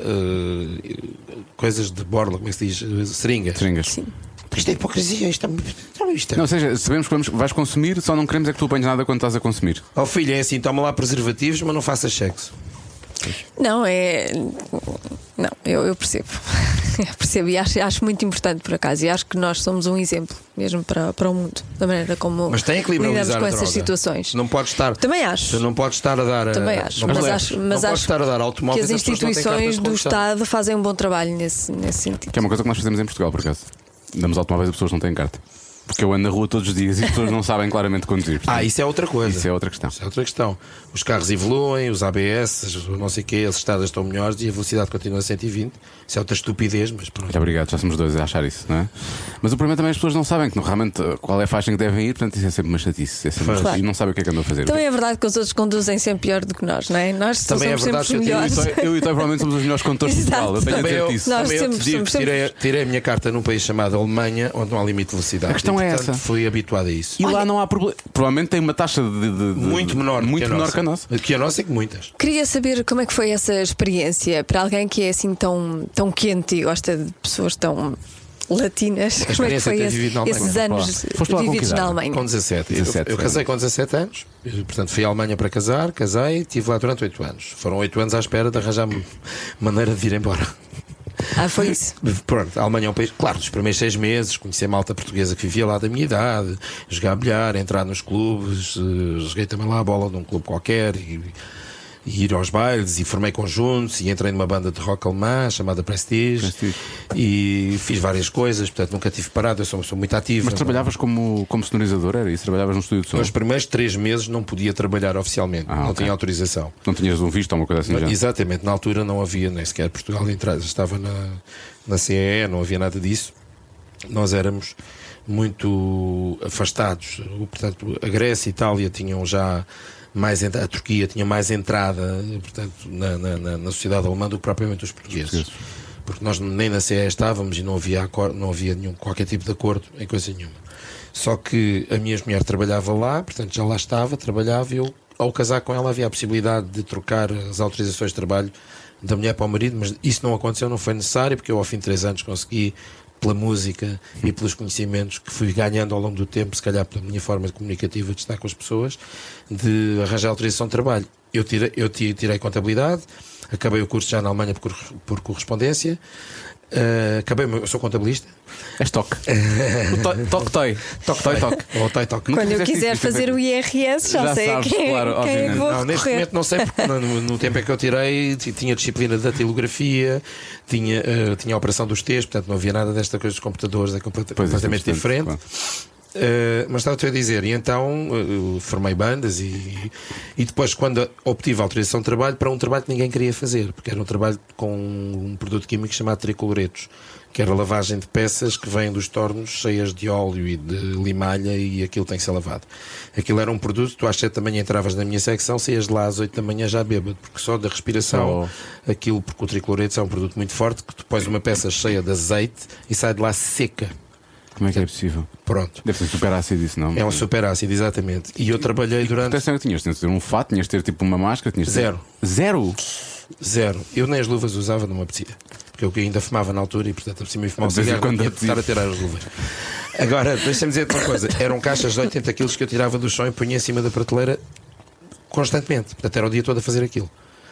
coisas de borla, como é que se diz? Seringas. Sim. Isto é hipocrisia, isto é. Não, ou seja, sabemos que vais consumir, só não queremos é que tu apanhes nada quando estás a consumir. Oh filho, é assim, toma lá preservativos, mas não faças sexo. Não, eu percebo. Eu percebo e acho muito importante, por acaso. E acho que nós somos um exemplo mesmo para o mundo, da maneira como mas tem que liberalizar lidamos com a essas droga. situações. Não pode estar. Também acho. Não pode estar a dar. Também acho. Mas acho estar a dar automóveis que as instituições do Estado fazem um bom trabalho nesse sentido. Que é uma coisa que nós fazemos em Portugal, por acaso. Damos automóveis a pessoas que não têm carta. Porque eu ando na rua todos os dias e as pessoas não sabem claramente conduzir. Portanto, isso é outra coisa. Isso é outra questão. Isso é outra questão. Os carros evoluem, os ABS, não sei o quê, as estradas estão melhores e a velocidade continua a 120. Isso é outra estupidez, mas pronto. Muito obrigado, já somos dois a achar isso, não é? Mas o problema também é que as pessoas não sabem que realmente qual é a faixa em que devem ir, portanto isso é sempre uma chatice. Claro. E não sabem o que é que andam a fazer. Também é verdade que os outros conduzem sempre pior do que nós, não é? Nós também somos é verdade sempre melhores. Eu e o Toy provavelmente somos os melhores condutores de Portugal. Eu tenho a dizer isso. Nós tirei a minha carta num país chamado Alemanha, onde não há limite de velocidade. A questão e, é portanto, essa. Fui habituado a isso. E lá não há problema. Provavelmente tem uma taxa de muito menor que a nossa. Que a nossa é que muitas. Queria saber como é que foi essa experiência para alguém que é assim tão quente e gosta de pessoas tão latinas. Como é que foi esses anos vividos na Alemanha? Com 17. Eu casei com 17 anos, portanto fui à Alemanha para casar, casei, estive lá durante 8 anos. Foram 8 anos à espera de arranjar maneira de vir embora. Foi isso. Pronto, a Alemanha é um país. Claro, nos primeiros 6 meses conheci a malta portuguesa que vivia lá da minha idade, jogar bilhar, entrar nos clubes, joguei também lá a bola de um clube qualquer e ir aos bailes e formei conjuntos e entrei numa banda de rock alemã chamada Prestige. E fiz várias coisas, portanto nunca tive parado, eu sou muito ativo. Mas trabalhavas como sonorizador, era isso? Trabalhavas no estúdio de som? Nos primeiros 3 meses não podia trabalhar oficialmente, não tinha autorização. Não tinhas um visto ou uma coisa assim? Já? Exatamente, na altura não havia nem sequer Portugal estava na CEE, não havia nada disso. Nós éramos muito afastados, portanto a Grécia e a Itália tinham já a Turquia tinha mais entrada, portanto, na sociedade alemã do que propriamente os portugueses. Porque nós nem na CE estávamos e não havia qualquer tipo de acordo em coisa nenhuma. Só que a minha mulher trabalhava lá, portanto já lá estava, trabalhava, e eu, ao casar com ela, havia a possibilidade de trocar as autorizações de trabalho da mulher para o marido, mas isso não aconteceu, não foi necessário, porque eu ao fim de 3 anos consegui pela música e pelos conhecimentos que fui ganhando ao longo do tempo, se calhar pela minha forma comunicativa de estar com as pessoas, de arranjar autorização de trabalho. Eu tirei contabilidade, acabei o curso já na Alemanha por correspondência. Eu sou contabilista. És toque. Toque. Ou toque. Quando eu quiser fazer o IRS, já sei sabes, quem claro, é que vou Não, neste momento não sei, porque no tempo em que eu tirei tinha disciplina de datilografia, tinha a operação dos T's, portanto não havia nada desta coisa dos computadores, é completamente diferente. Claro. Mas estava-te a dizer, e então formei bandas e depois, quando obtive a autorização de trabalho, para um trabalho que ninguém queria fazer, porque era um trabalho com um produto químico chamado tricoloretos, que era lavagem de peças que vêm dos tornos cheias de óleo e de limalha, e aquilo tem que ser lavado. Aquilo era um produto, tu às 7 da manhã entravas na minha secção, saías de lá às 8 da manhã já bêbado, porque só da respiração, aquilo, porque o tricoloretos é um produto muito forte, que tu pões uma peça cheia de azeite e sai de lá seca. Como é que é possível? Pronto. Deve ser super ácido isso, não? É um super ácido, exatamente. E eu trabalhei durante. Que proteção que tinhas? Tinhas de ter um fato, tinhas de ter tipo uma máscara? Zero. Zero? Eu nem as luvas usava, não me apetecia. Porque eu ainda fumava na altura e, portanto, a cima fumava cigarro, não tinha de estar a tirar as luvas. Agora, deixa-me dizer-te uma coisa: eram caixas de 80 quilos que eu tirava do chão e punha em cima da prateleira constantemente. Portanto, era o dia todo a fazer aquilo.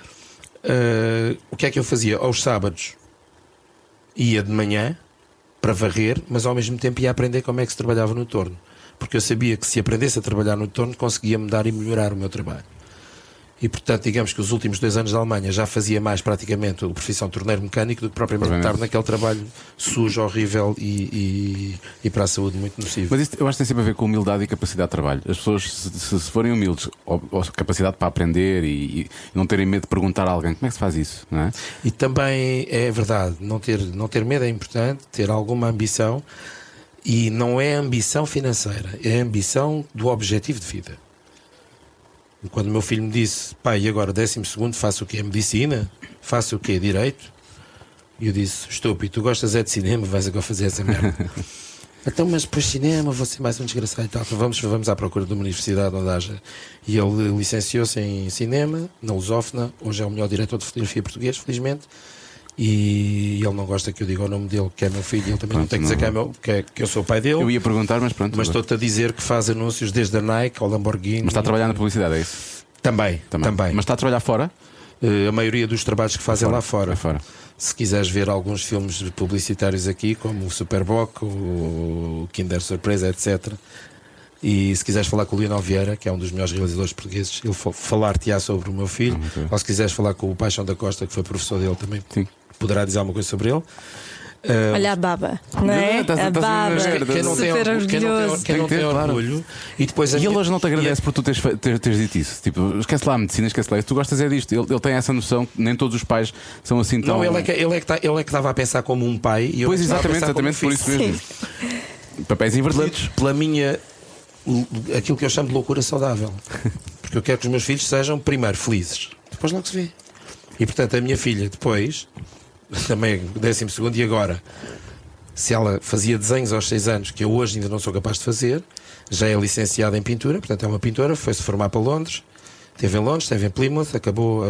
O que é que eu fazia? Aos sábados ia de manhã para varrer, mas ao mesmo tempo ia aprender como é que se trabalhava no torno, porque eu sabia que se aprendesse a trabalhar no torno conseguia mudar e melhorar o meu trabalho. E portanto, digamos que os últimos 2 anos da Alemanha já fazia mais praticamente a profissão de torneiro mecânico do que propriamente estar naquele trabalho sujo, horrível e para a saúde muito nocivo. Mas isso eu acho que tem sempre a ver com humildade e capacidade de trabalho. As pessoas, se forem humildes ou capacidade para aprender e não terem medo de perguntar a alguém, como é que se faz isso, não é? E também é verdade, não ter medo é importante, ter alguma ambição, e não é ambição financeira, é ambição do objetivo de vida. Quando o meu filho me disse: pai, e agora 12º faço o quê? Medicina? Faço o quê? Direito? E eu disse: estúpido, tu gostas de cinema, vais agora fazer essa merda. Então, mas depois cinema, vou ser mais um desgraçado e tal. Então vamos à procura de uma universidade onde haja. E ele licenciou-se em cinema, na Lusófona. Hoje é o melhor diretor de fotografia português, felizmente. E ele não gosta que eu diga o nome dele, que é meu filho. Ele também não tem que dizer que eu sou o pai dele. Eu ia perguntar, mas pronto. Mas estou-te a dizer que faz anúncios desde a Nike ao Lamborghini. Mas está a trabalhar na publicidade, é isso? Também. Mas está a trabalhar fora? A maioria dos trabalhos que faz é lá fora. Fora. Se quiseres ver alguns filmes publicitários aqui, como o Superboc, o Kinder Surpresa, etc. E se quiseres falar com o Leonel Vieira, que é um dos melhores realizadores portugueses, ele falar-te-á sobre o meu filho. Ou se quiseres falar com o Paixão da Costa, que foi professor dele também. Sim. Poderá dizer alguma coisa sobre ele. Olha a baba, não é? A baba, quem não tem orgulho. E ele hoje não te agradece por tu teres dito isso. Tipo, esquece lá a medicina, esquece lá. Tu gostas é disto. Ele tem essa noção que nem todos os pais são assim tão. Não, ele é que estava a pensar como um pai. E pois, exatamente por isso mesmo. Papéis invertidos. Pela minha. Aquilo que eu chamo de loucura saudável. Porque eu quero que os meus filhos sejam, primeiro, felizes. Depois logo se vê. E portanto, a minha filha, depois, também 12º, e agora, se ela fazia desenhos aos 6 anos, que eu hoje ainda não sou capaz de fazer, já é licenciada em pintura, portanto é uma pintora, foi-se formar para Londres, esteve em Londres, esteve em Plymouth, acabou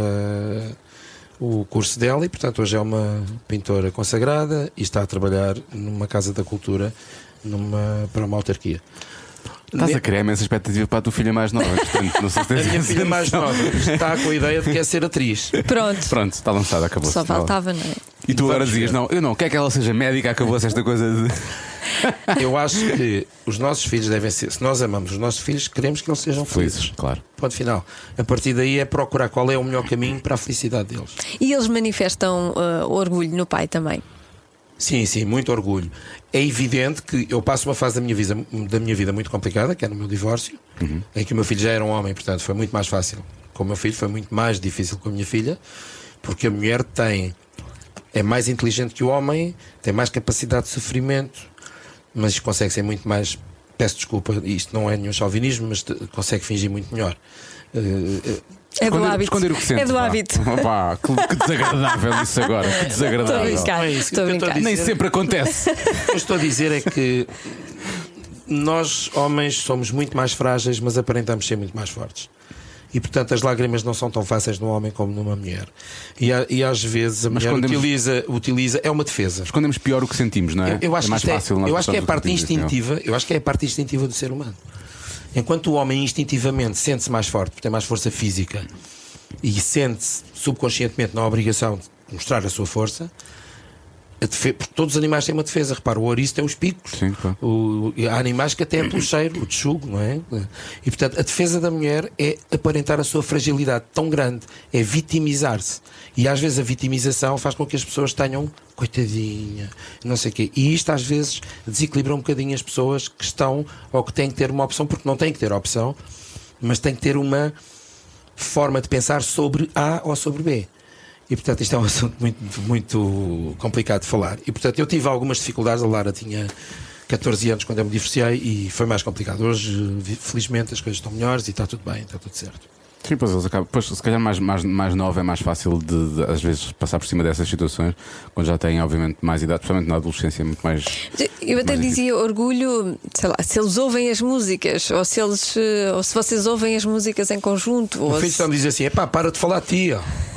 o curso dela e, portanto, hoje é uma pintora consagrada e está a trabalhar numa casa da cultura, para uma autarquia. Estás a criar imensa expectativa para a tua filha mais nova. Portanto, não sei se a minha filha mais nova está com a ideia de que é ser atriz. Pronto, está lançada, acabou. Só faltava, não é? E tu agora dizias: não, eu não quero que ela seja médica, acabou-se esta coisa de. Eu acho que os nossos filhos devem ser, se nós amamos os nossos filhos, queremos que eles sejam felizes. Claro. Ponto final. A partir daí é procurar qual é o melhor caminho para a felicidade deles. E eles manifestam orgulho no pai também? Sim, muito orgulho. É evidente que eu passo uma fase da minha vida muito complicada, que é no meu divórcio, em que o meu filho já era um homem, portanto foi muito mais fácil. Com o meu filho foi muito mais difícil com a minha filha, porque a mulher é mais inteligente que o homem, tem mais capacidade de sofrimento, mas consegue ser muito mais. Peço desculpa, isto não é nenhum chauvinismo, mas consegue fingir muito melhor. É do hábito. Esconder o que sente, é do hábito. Pá, que desagradável isso agora. Que desagradável. Estou a brincar. Nem sempre acontece. O que eu estou a dizer é que nós, homens, somos muito mais frágeis, mas aparentamos ser muito mais fortes. E portanto as lágrimas não são tão fáceis num homem como numa mulher. E às vezes a mulher utiliza é uma defesa. Escondemos pior o que sentimos, não é? Eu acho, é mais fácil. Eu acho que é a parte instintiva. Eu acho que é a parte instintiva do ser humano. Enquanto o homem instintivamente sente-se mais forte, porque tem mais força física e sente-se subconscientemente na obrigação de mostrar a sua força, porque todos os animais têm uma defesa. Repara, o ouriço tem os picos. Sim, claro. Há animais que até é pelo cheiro, o texugo, não é? E portanto a defesa da mulher é aparentar a sua fragilidade tão grande, é vitimizar-se. E às vezes a vitimização faz com que as pessoas tenham coitadinha, não sei o quê. E isto às vezes desequilibra um bocadinho as pessoas que estão ou que têm que ter uma opção, porque não têm que ter opção, mas têm que ter uma forma de pensar sobre A ou sobre B. E portanto isto é um assunto muito complicado de falar. E portanto eu tive algumas dificuldades. A Lara tinha 14 anos quando eu me divorciei e foi mais complicado. Hoje, felizmente, as coisas estão melhores e está tudo bem, está tudo certo. Sim, pois eles acabam. Pois, se calhar mais nova é mais fácil de às vezes passar por cima dessas situações, quando já têm obviamente mais idade, principalmente na adolescência, muito mais. Eu até dizia orgulho, sei lá, se eles ouvem as músicas, ou se vocês ouvem as músicas em conjunto. O filho está a dizer assim: epá, para de falar de ti.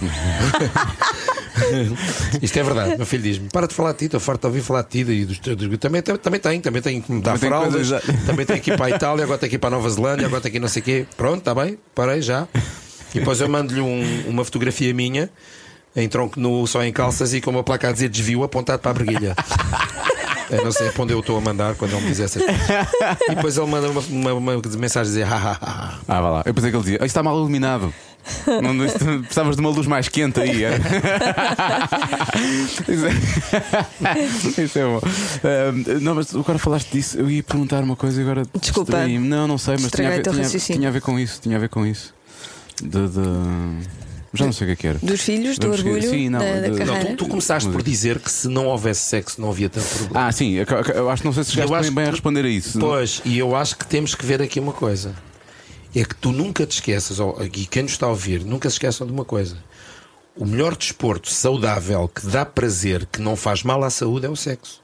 Isto é verdade. Meu filho diz-me: para de falar de ti, estou farto de ouvir falar de ti. E também tenho que me dar fraldas, também tenho que ir para a Itália, agora tenho que ir para a Nova Zelândia, agora tenho que ir não sei o quê. Pronto, está bem, parei já. E depois eu mando-lhe uma fotografia minha em tronco nu, só em calças e com uma placa a dizer desvio apontado para a breguilha. Eu não sei para onde eu estou a mandar quando ele me diz essas coisas. E depois ele manda uma mensagem a dizer ha. Vá lá. Eu pensei que ele dizia: isto está mal iluminado. Precisavas de uma luz mais quente aí. Isso é bom. Não, mas agora falaste disso. Eu ia perguntar uma coisa e agora. Desculpa. Não sei, mas tinha a ver com isso. Já não sei o que era. Dos filhos, do orgulho. Sim, não, da carreira. Não, tu começaste por dizer que se não houvesse sexo não havia tanto problema. Sim, eu acho que não sei se chegaste bem a responder a isso. Pois, e eu acho que temos que ver aqui uma coisa: é que tu nunca te esqueças, e quem nos está a ouvir, nunca se esqueçam de uma coisa: o melhor desporto saudável que dá prazer, que não faz mal à saúde, é o sexo.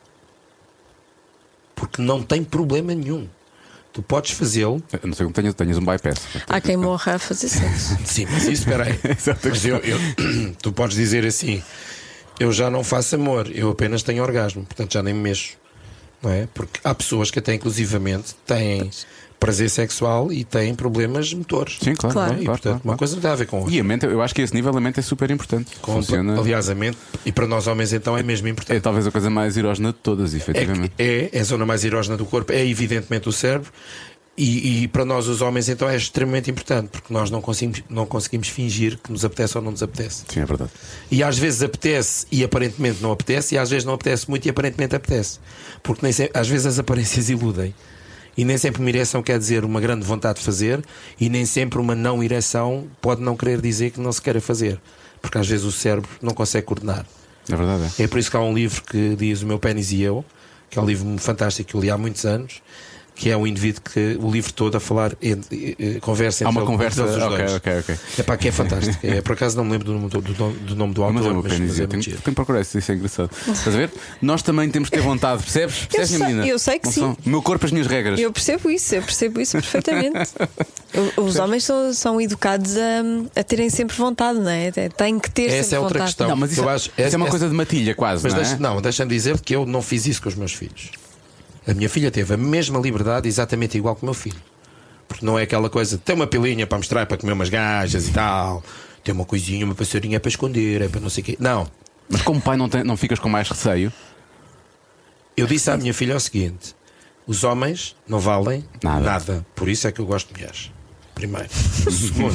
Porque não tem problema nenhum. Tu podes fazê-lo. A não ser que tenhas um bypass. Há quem morra a fazer sexo. Sim, mas isso, espera aí. Mas tu podes dizer assim: eu já não faço amor, eu apenas tenho orgasmo, portanto já nem me mexo. Não é? Porque há pessoas que até inclusivamente têm prazer sexual e têm problemas motores. Sim, claro. E portanto uma coisa tem a ver com outra. E a mente, eu acho que esse nível a mente é super importante. Funciona... Aliás, a mente, e para nós homens então é mesmo importante. É talvez a coisa mais erógena de todas, efetivamente. É a zona mais erógena do corpo, é evidentemente o cérebro. E para nós os homens então é extremamente importante, porque nós não conseguimos fingir que nos apetece ou não nos apetece. Sim, é verdade. E às vezes apetece e aparentemente não apetece, e às vezes não apetece muito e aparentemente apetece. Porque nem sempre, às vezes as aparências iludem. E nem sempre uma ereção quer dizer uma grande vontade de fazer, e nem sempre uma não ereção pode não querer dizer que não se queira fazer, porque às vezes o cérebro não consegue coordenar. É verdade. É por isso que há um livro que diz O Meu Pênis e Eu, que é um livro fantástico que eu li há muitos anos, que é um indivíduo que o livro todo a falar conversa entre uma conversa os dois. Ok. É pá, que é fantástico. Por acaso não me lembro do nome do autor, mas é mas é muito giro. Tenho que procurar isso, é engraçado. Estás a ver? Nós também temos que ter vontade, percebes? Menina? Eu sei que não sim. O meu corpo, as minhas regras. Eu percebo isso perfeitamente. Os homens são educados a terem sempre vontade, não é? Têm que ter essa sempre é outra vontade. questão. Não, mas isso é uma coisa de matilha, quase. Mas não é? deixa-me dizer que eu não fiz isso com os meus filhos. A minha filha teve a mesma liberdade, exatamente igual que o meu filho. Porque não é aquela coisa, tem uma pilinha para mostrar, para comer umas gajas e tal, tem uma coisinha, uma passarinha para esconder, é para não sei o quê. Não. Mas como pai não ficas com mais receio? Eu disse à minha filha o seguinte: os homens não valem nada. Por isso é que eu gosto de mulheres. Primeiro. Segundo.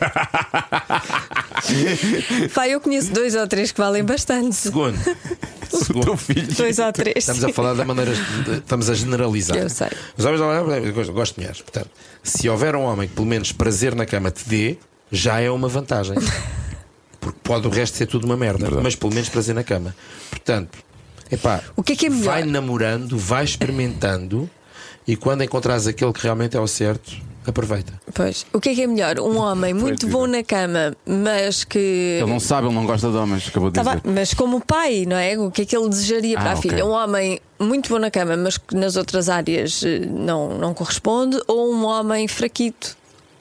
Pai, eu conheço 2 ou 3 que valem bastante. Segundo. O teu filho. 2 ou 3. Estamos a falar da maneira. Estamos a generalizar. Eu sei. Os homens eu gosto de mulheres. Portanto, se houver um homem que pelo menos prazer na cama te dê, já é uma vantagem. Porque pode o resto ser tudo uma merda. Verdade. Mas pelo menos prazer na cama. Portanto, epá, o que é melhor? Vai namorando, vai experimentando, e quando encontrares aquele que realmente é o certo, aproveita. Pois, o que é melhor? Um homem muito bom na cama, mas que. Ele não sabe, ele não gosta de homens, acabou de dizer. Mas como pai, não é? O que é que ele desejaria para a filha? Um homem muito bom na cama, mas que nas outras áreas não corresponde, ou um homem fraquito?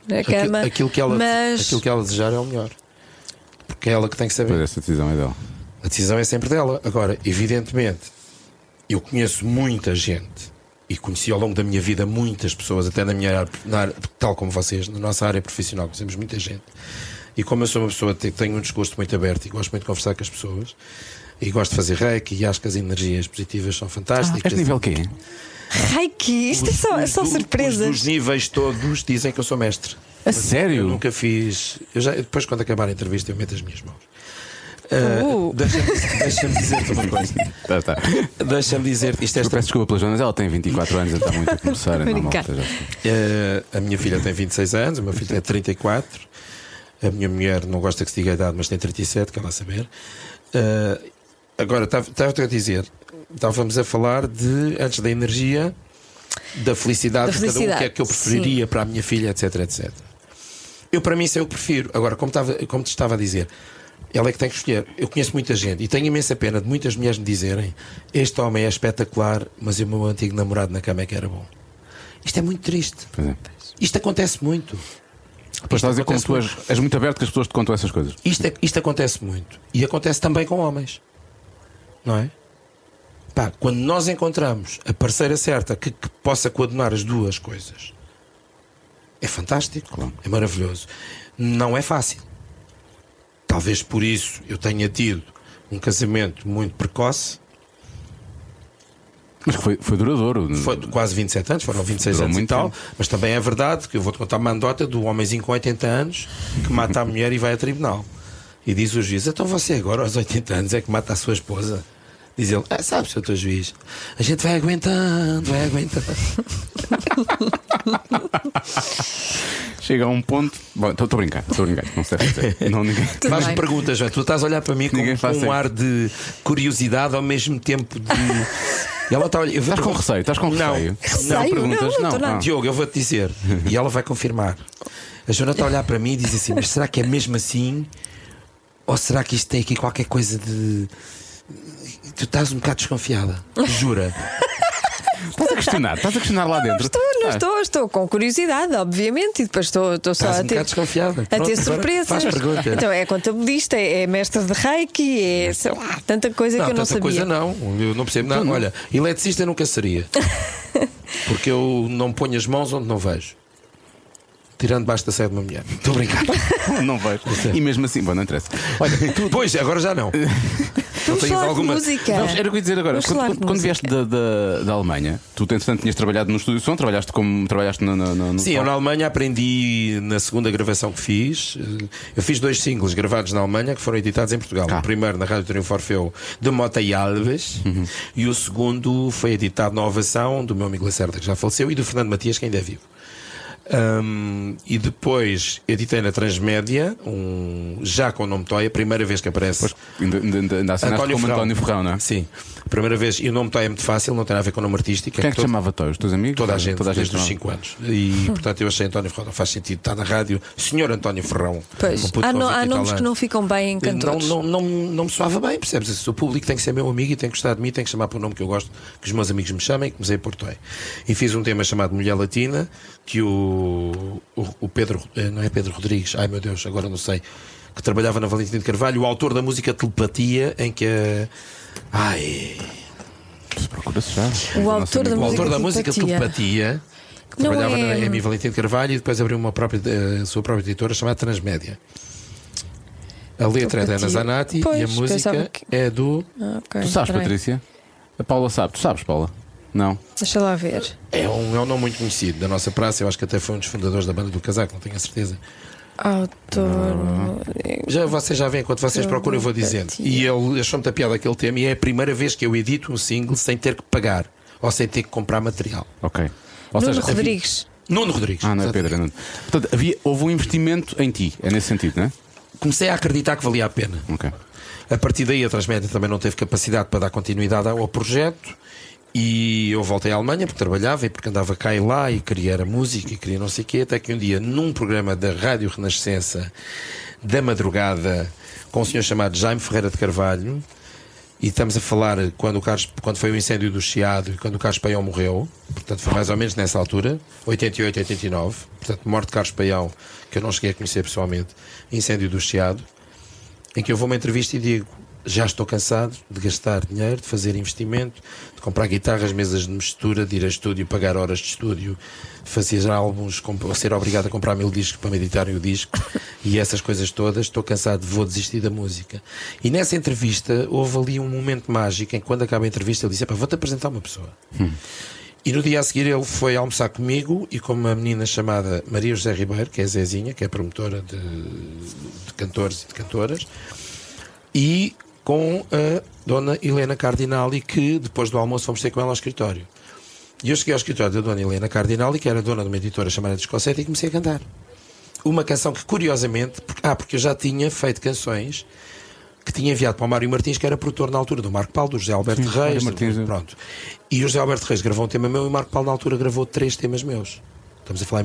na cama. Aquilo que ela desejar é o melhor. Porque é ela que tem que saber. Pois essa decisão é dela. A decisão é sempre dela. Agora, evidentemente, eu conheço muita gente e conheci ao longo da minha vida muitas pessoas, até na minha área, tal como vocês, na nossa área profissional, conhecemos muita gente. E como eu sou uma pessoa que tenho um discurso muito aberto e gosto muito de conversar com as pessoas, e gosto de fazer reiki e acho que as energias positivas são fantásticas. Este nível quê? Reiki, isto é só surpresas. Os níveis todos dizem que eu sou mestre. A sério? Eu nunca fiz. Depois, quando acabar a entrevista, eu meto as minhas mãos. Deixa-me dizer-te uma coisa. Tá. Deixa-me dizer-te. Eu peço desculpa pelas Jonas, ela tem 24 anos, está muito a começar. A minha filha tem 26 anos, o meu filho tem 34. A minha mulher não gosta que se diga a idade, mas tem 37, quer lá saber. Agora, estava a dizer, estávamos a falar de, antes da energia, da felicidade de cada um, o que é que eu preferiria para a minha filha, etc, etc. Eu, para mim, isso é o que prefiro. Agora, como te estava a dizer, ela é que tem que escolher. Eu conheço muita gente e tenho imensa pena de muitas mulheres me dizerem: este homem é espetacular, mas o meu antigo namorado na cama é que era bom. Isto é muito triste. Isto acontece muito. Pois estás a dizer como tu és muito aberto que as pessoas te contam essas coisas. Isto acontece muito. E acontece também com homens. Não é? Pá, quando nós encontramos a parceira certa que possa coadunar as duas coisas, é fantástico, claro. É maravilhoso. Não é fácil. Talvez por isso eu tenha tido um casamento muito precoce. Mas foi duradouro. Foi quase 27 anos, foram 26 anos e tal. Mas também é verdade que eu vou-te contar uma anedota do homenzinho com 80 anos que mata a mulher e vai a tribunal. E diz o juiz: então você agora aos 80 anos é que mata a sua esposa? Diz ele: sabe, Sr. Juiz, a gente vai aguentando. Chega a um ponto. Bom, estou a brincar, não sei fazer. Faz-me perguntas, tu estás a olhar para mim com um ar de curiosidade ao mesmo tempo de. E ela está a olhar. Estás com receio? Não perguntas, não. Diogo, eu vou-te dizer. E ela vai confirmar. A Joana está a olhar para mim e diz assim: mas será que é mesmo assim? Ou será que isto tem aqui qualquer coisa de. Tu estás um bocado desconfiada, jura? Estás a questionar lá dentro? Não estou com curiosidade, obviamente, e depois estou só a ter, a ter surpresas. Faz pergunta. Então é contabilista, é mestre de reiki, é sei lá, tanta coisa que eu não sabia. Coisa não, eu não percebo nada. Olha, eletricista nunca seria, porque eu não ponho as mãos onde não vejo. Tirando debaixo da saia de uma mulher. Estou a brincar. Não vejo. E mesmo assim, bom, não interessa. Olha, pois, agora já não. Vamos falar alguma música. Era o que eu ia dizer agora. Quando vieste da Alemanha, tu, entretanto, tinhas trabalhado no estúdio de som, trabalhaste no Sim, eu na Alemanha aprendi na segunda gravação que fiz. Eu fiz 2 singles gravados na Alemanha que foram editados em Portugal. O primeiro na Rádio Triunfo Orfeu de Mota e Alves, e o segundo foi editado na Ovação do meu amigo Lacerda, que já faleceu, e do Fernando Matias, que ainda é vivo. E depois editei na Transmédia, já com o nome Toy, a primeira vez que aparece. Pois, ainda assinaste como António Ferrão, não é? Sim, a primeira vez. E o nome Toy é muito fácil, não tem nada a ver com o nome artístico. Quem é que te chamava Toy? Os teus amigos? Toda a gente desde os 5 anos. E portanto eu achei António Ferrão, não faz sentido estar na rádio, Senhor António Ferrão. Pois, há nomes que não ficam bem em cantores. Não me soava bem, percebes? O público tem que ser meu amigo e tem que gostar de mim, tem que chamar pelo nome que eu gosto, que os meus amigos me chamem, que comecei por Toy. E fiz um tema chamado Mulher Latina, que o Pedro, não é Pedro Rodrigues, ai meu Deus, agora não sei, que trabalhava na Valentim de Carvalho, o autor da música Telepatia, em que procura-se já. O autor da música Telepatia, que trabalhava na EMI Valentim de Carvalho, e depois abriu a sua própria editora chamada Transmédia. A letra é da Ana Zanatti e a música é do. Tu sabes, Patrícia? A Paula sabe. Tu sabes, Paula? Não. Deixa lá ver. É um nome muito conhecido da nossa praça. Eu acho que até foi um dos fundadores da banda do Casaco, não tenho a certeza. Autor. Vocês já veem, enquanto vocês procuram, eu vou dizendo. E ele achou muita piada aquele tema. E é a primeira vez que eu edito um single sem ter que pagar ou sem ter que comprar material. Ok. Nuno Rodrigues. Nuno Rodrigues. Não é Pedro, é Nuno. Portanto, houve um investimento em ti, é nesse sentido, não é? Comecei a acreditar que valia a pena. Ok. A partir daí a Transmédia também não teve capacidade para dar continuidade ao projeto. E eu voltei à Alemanha porque trabalhava e porque andava cá e lá e queria música e queria não sei o quê. Até que um dia, num programa da Rádio Renascença da madrugada, com um senhor chamado Jaime Ferreira de Carvalho, E estamos a falar quando foi o incêndio do Chiado e quando o Carlos Paião morreu. Portanto, foi mais ou menos nessa altura, 88, 89. Portanto, morte de Carlos Paião, que eu não cheguei a conhecer pessoalmente, incêndio do Chiado, em que eu vou a uma entrevista e digo: já estou cansado de gastar dinheiro, de fazer investimento, de comprar guitarras, mesas de mistura, de ir a estúdio, pagar horas de estúdio, fazer álbuns, ser obrigado a comprar 1000 discos para me editarem o disco e essas coisas todas. Estou cansado, vou desistir da música. E nessa entrevista houve ali um momento mágico em que, quando acaba a entrevista, ele disse: vou-te apresentar uma pessoa. E no dia a seguir ele foi almoçar comigo e com uma menina chamada Maria José Ribeiro, que é a Zezinha, que é promotora de cantores e de cantoras, e com a dona Helena Cardinali, que depois do almoço fomos ter com ela ao escritório. E eu cheguei ao escritório da dona Helena Cardinali, que era dona de uma editora chamada Discossete, e comecei a cantar uma canção que, curiosamente, porque eu já tinha feito canções que tinha enviado para o Mário Martins, que era produtor na altura do Marco Paulo, do José Alberto Reis. Pronto. E o José Alberto Reis gravou um tema meu e o Marco Paulo na altura gravou 3 temas meus. Estamos a falar em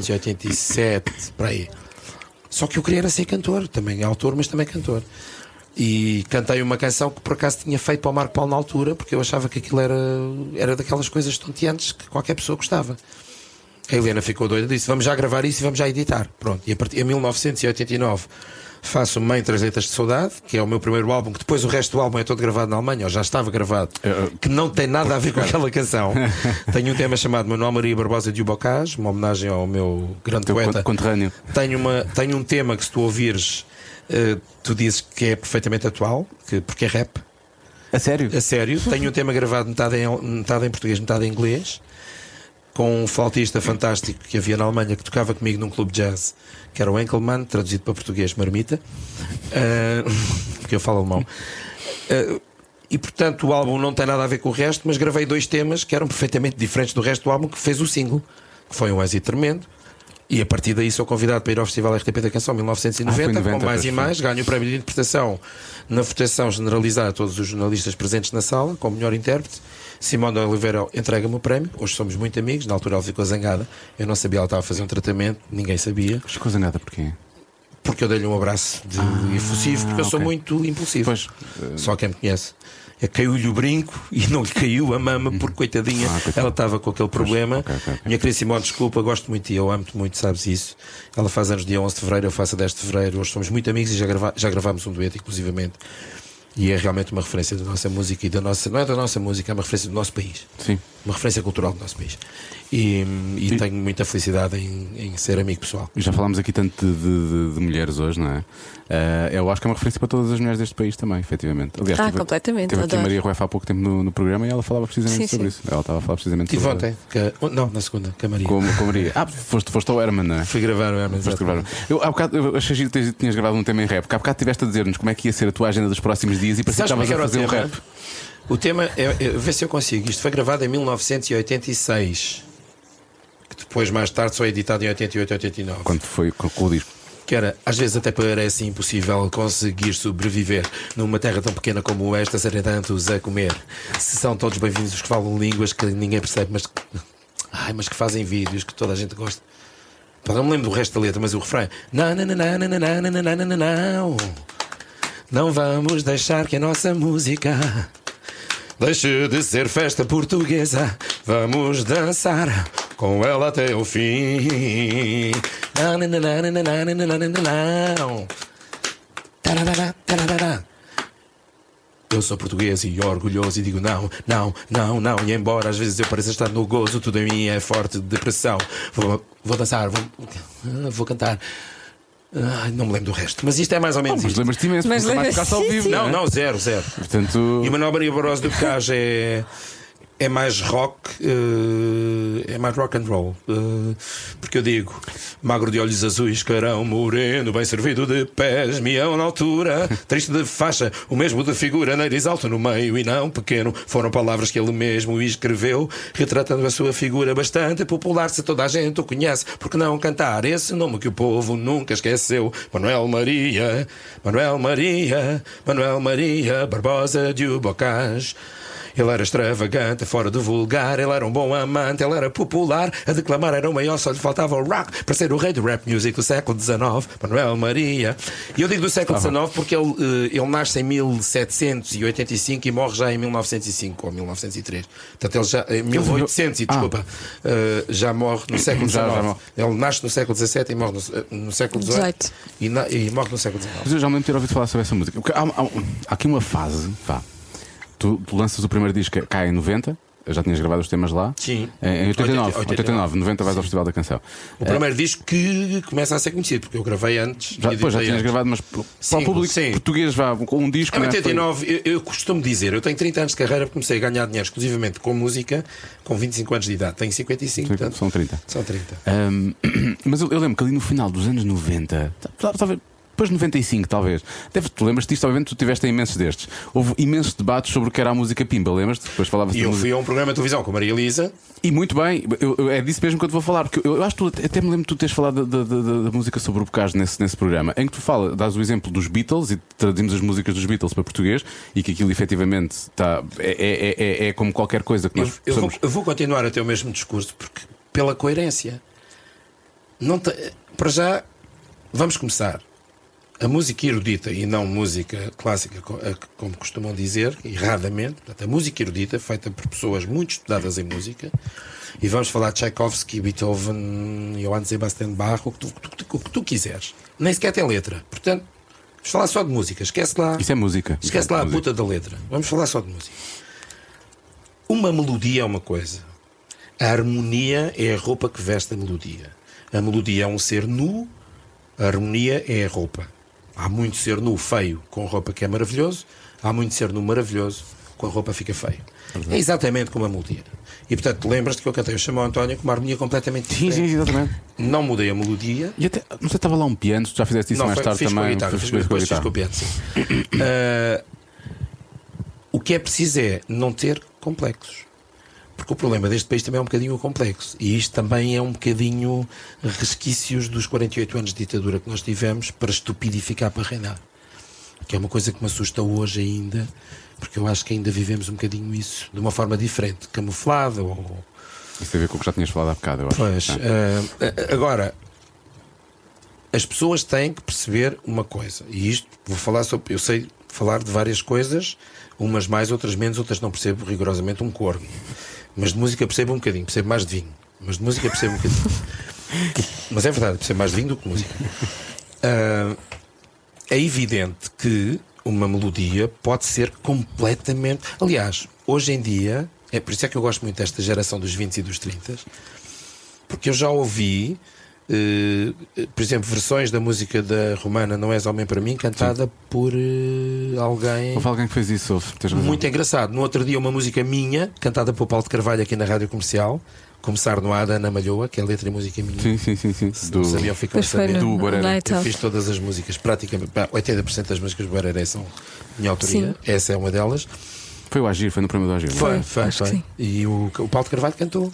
1987, para aí. Só que eu queria era ser cantor, também autor, mas também cantor. E cantei uma canção que por acaso tinha feito para o Marco Paulo na altura, porque eu achava que aquilo era daquelas coisas tonteantes que qualquer pessoa gostava. A Helena ficou doida, disse: vamos já gravar isso e vamos já editar. Pronto. E a partir de 1989 faço Mãe 3 Letras de Saudade, que é o meu primeiro álbum, que depois o resto do álbum é todo gravado na Alemanha, ou já estava gravado, que não tem nada a ver com aquela canção. Tenho um tema chamado Manuel Maria Barbosa de Ubocage, uma homenagem ao meu grande poeta conterrâneo. Tenho um tema que, se tu ouvires, tu dizes que é perfeitamente atual, porque é rap. A sério? A sério. Tenho um tema gravado metade em português, metade em inglês, com um flautista fantástico que havia na Alemanha, que tocava comigo num clube de jazz, que era o Enkelmann, traduzido para português Marmita, porque eu falo alemão. E portanto o álbum não tem nada a ver com o resto, mas gravei 2 temas que eram perfeitamente diferentes do resto do álbum, que fez o single, que foi um êxito tremendo. E a partir daí sou convidado para ir ao Festival RTP da Canção 1990, com mais e mais. Ganho o prémio de interpretação na votação generalizada a todos os jornalistas presentes na sala, como melhor intérprete. Simone de Oliveira entrega-me o prémio. Hoje somos muito amigos. Na altura ela ficou zangada. Eu não sabia, ela estava a fazer um tratamento, ninguém sabia. Ficou zangada porquê? Porque eu dei-lhe um abraço efusivo, porque eu sou muito impulsivo. Pois, só quem me conhece. Caiu-lhe o brinco e não lhe caiu a mama, porque coitadinha, ela estava com aquele problema. Okay. Minha querida Simone, desculpa, gosto muito de ti, eu amo-te muito, sabes isso. Ela faz anos dia 11 de fevereiro, eu faço a 10 de fevereiro. Hoje somos muito amigos e já gravámos um dueto, inclusivamente. E é realmente uma referência da nossa música e da nossa. Não é da nossa música, é uma referência do nosso país. Sim. Uma referência cultural do nosso país. E tenho muita felicidade em ser amigo pessoal. E já falámos aqui tanto de mulheres hoje, não é? Eu acho que é uma referência para todas as mulheres deste país também, efetivamente. Aliás, completamente. Teve aqui a Maria Rueff há pouco tempo no programa e ela falava precisamente sobre isso. Ela estava a falar precisamente sobre ontem. Não, na segunda, com a Maria. Com a Maria. Foste ao Herman, não é? Fui gravar o Herman. Há bocado eu achei que tinhas gravado um tema em rap, porque há bocado estiveste a dizer-nos como é que ia ser a tua agenda dos próximos dias e parecia que estavas a fazer um rap. O tema vê se eu consigo. Isto foi gravado em 1986. Que depois, mais tarde, só é editado em 88, 89. Quando foi com o disco? Que era, às vezes até parece impossível conseguir sobreviver numa terra tão pequena como esta, serem tantos a comer. Se são todos bem-vindos os que falam línguas que ninguém percebe, mas que fazem vídeos que toda a gente gosta. Não me lembro do resto da letra, mas o refrão: não vamos deixar que a nossa música deixe de ser festa portuguesa. Vamos dançar com ela até o fim. Eu sou português e orgulhoso e digo não. E embora às vezes eu pareça estar no gozo, tudo em mim é forte depressão. Vou dançar, vou cantar. Não me lembro do resto, mas isto é mais ou menos isto. Lembras-te imenso, mas lembras-te ao vivo. Não, zero. Portanto... E Manuel Maria Barbosa do Bocage é mais rock, é mais rock and roll, porque eu digo: magro de olhos azuis, carão moreno, bem servido de pés, mião na altura, triste de faixa, o mesmo de figura, nariz alto no meio e não pequeno. Foram palavras que ele mesmo escreveu, retratando a sua figura bastante popular. Se toda a gente o conhece, por que não cantar esse nome que o povo nunca esqueceu? Manuel Maria Barbosa de Ubocage. Ele era extravagante, fora do vulgar. Ele era um bom amante, ele era popular. A declamar era o maior, só lhe faltava o rock para ser o rei do rap music do século XIX. Manuel Maria. E eu digo do século XIX porque ele nasce em 1785 e morre já em 1905 ou 1903. Portanto, ele já em 1800, desculpa, já morre no século XIX. Ele nasce no século XVII e morre no século XVIII e morre no século XIX. Mas eu já me lembro de ter ouvido falar sobre essa música. Porque há aqui uma fase, tu lanças o primeiro disco cá em 90. Eu já tinhas gravado os temas lá. Sim. Em 89, 90 vais ao Festival da Canção. O primeiro disco que começa a ser conhecido, porque eu gravei antes. Depois já tinhas gravado, mas para o público português com um disco. Em 89, eu costumo dizer, eu tenho 30 anos de carreira, comecei a ganhar dinheiro exclusivamente com música com 25 anos de idade. Tenho 55, portanto, são 30. São 30. Mas eu lembro que ali no final dos anos 90, talvez. Depois de 95, talvez. Tu lembras disto, obviamente, tu tiveste imensos destes. Houve imensos debates sobre o que era a música pimba, lembras-te? Depois falava-se. E eu fui a um programa de televisão com a Maria Elisa. E muito bem, é disso mesmo que eu te vou falar. Porque eu acho que até me lembro de tu teres falado da música sobre o bocage nesse programa, em que tu dás o exemplo dos Beatles e traduzimos as músicas dos Beatles para português e que aquilo efetivamente é como qualquer coisa que nós eu vou continuar a ter o mesmo discurso porque, pela coerência. Para já, vamos começar. A música erudita e não música clássica, como costumam dizer, erradamente, portanto, a música erudita, feita por pessoas muito estudadas em música, e vamos falar de Tchaikovsky, Beethoven, Johann Sebastian Bach, o que tu quiseres. Nem sequer tem letra. Portanto, vamos falar só de música. Esquece lá. Isso é música. Esquece lá a puta da letra. Vamos falar só de música. Uma melodia é uma coisa. A harmonia é a roupa que veste a melodia. A melodia é um ser nu, a harmonia é a roupa. Há muito ser nu feio com roupa que é maravilhoso, há muito ser nu maravilhoso com a roupa fica feio. É exatamente como a melodia. E portanto, lembras-te que eu cantei o Chamou António com uma harmonia completamente diferente. Sim, exatamente. Não mudei a melodia. E até, não sei, estava lá um piano, tu já fizeste isso mais tarde também. Fiz com o piano, sim. O que é preciso é não ter complexos. Porque o problema deste país também é um bocadinho complexo. E isto também é um bocadinho resquícios dos 48 anos de ditadura que nós tivemos para estupidificar para reinar. Que é uma coisa que me assusta hoje ainda, porque eu acho que ainda vivemos um bocadinho isso de uma forma diferente, camuflada ou... Isso tem a ver com o que já tinhas falado há bocado, eu acho. Pois, agora, as pessoas têm que perceber uma coisa. E isto, vou falar sobre... Eu sei falar de várias coisas, umas mais, outras menos, outras não percebo rigorosamente um corno. Mas de música percebo um bocadinho, percebo mais de vinho. Mas de música percebo um bocadinho. Mas é verdade, percebo mais de vinho do que música. É evidente que uma melodia pode ser completamente... Aliás, hoje em dia, é por isso é que eu gosto muito desta geração dos 20 e dos 30, porque eu já ouvi, por exemplo, versões da música da Romana Não És Homem Para Mim, cantada por alguém... Houve alguém que fez isso, muito engraçado. No outro dia uma música minha, cantada por Paulo de Carvalho aqui na Rádio Comercial, Começar no Ar, da Ana Malhoa, que é a letra e música minha. Sim. Não sabiam, ficam a saber. Do Bareré. Eu fiz todas as músicas, praticamente 80% das músicas do Bareré são minha autoria. Sim. Essa é uma delas. Foi o Agir, foi no programa do Agir. Foi. E o Paulo de Carvalho cantou.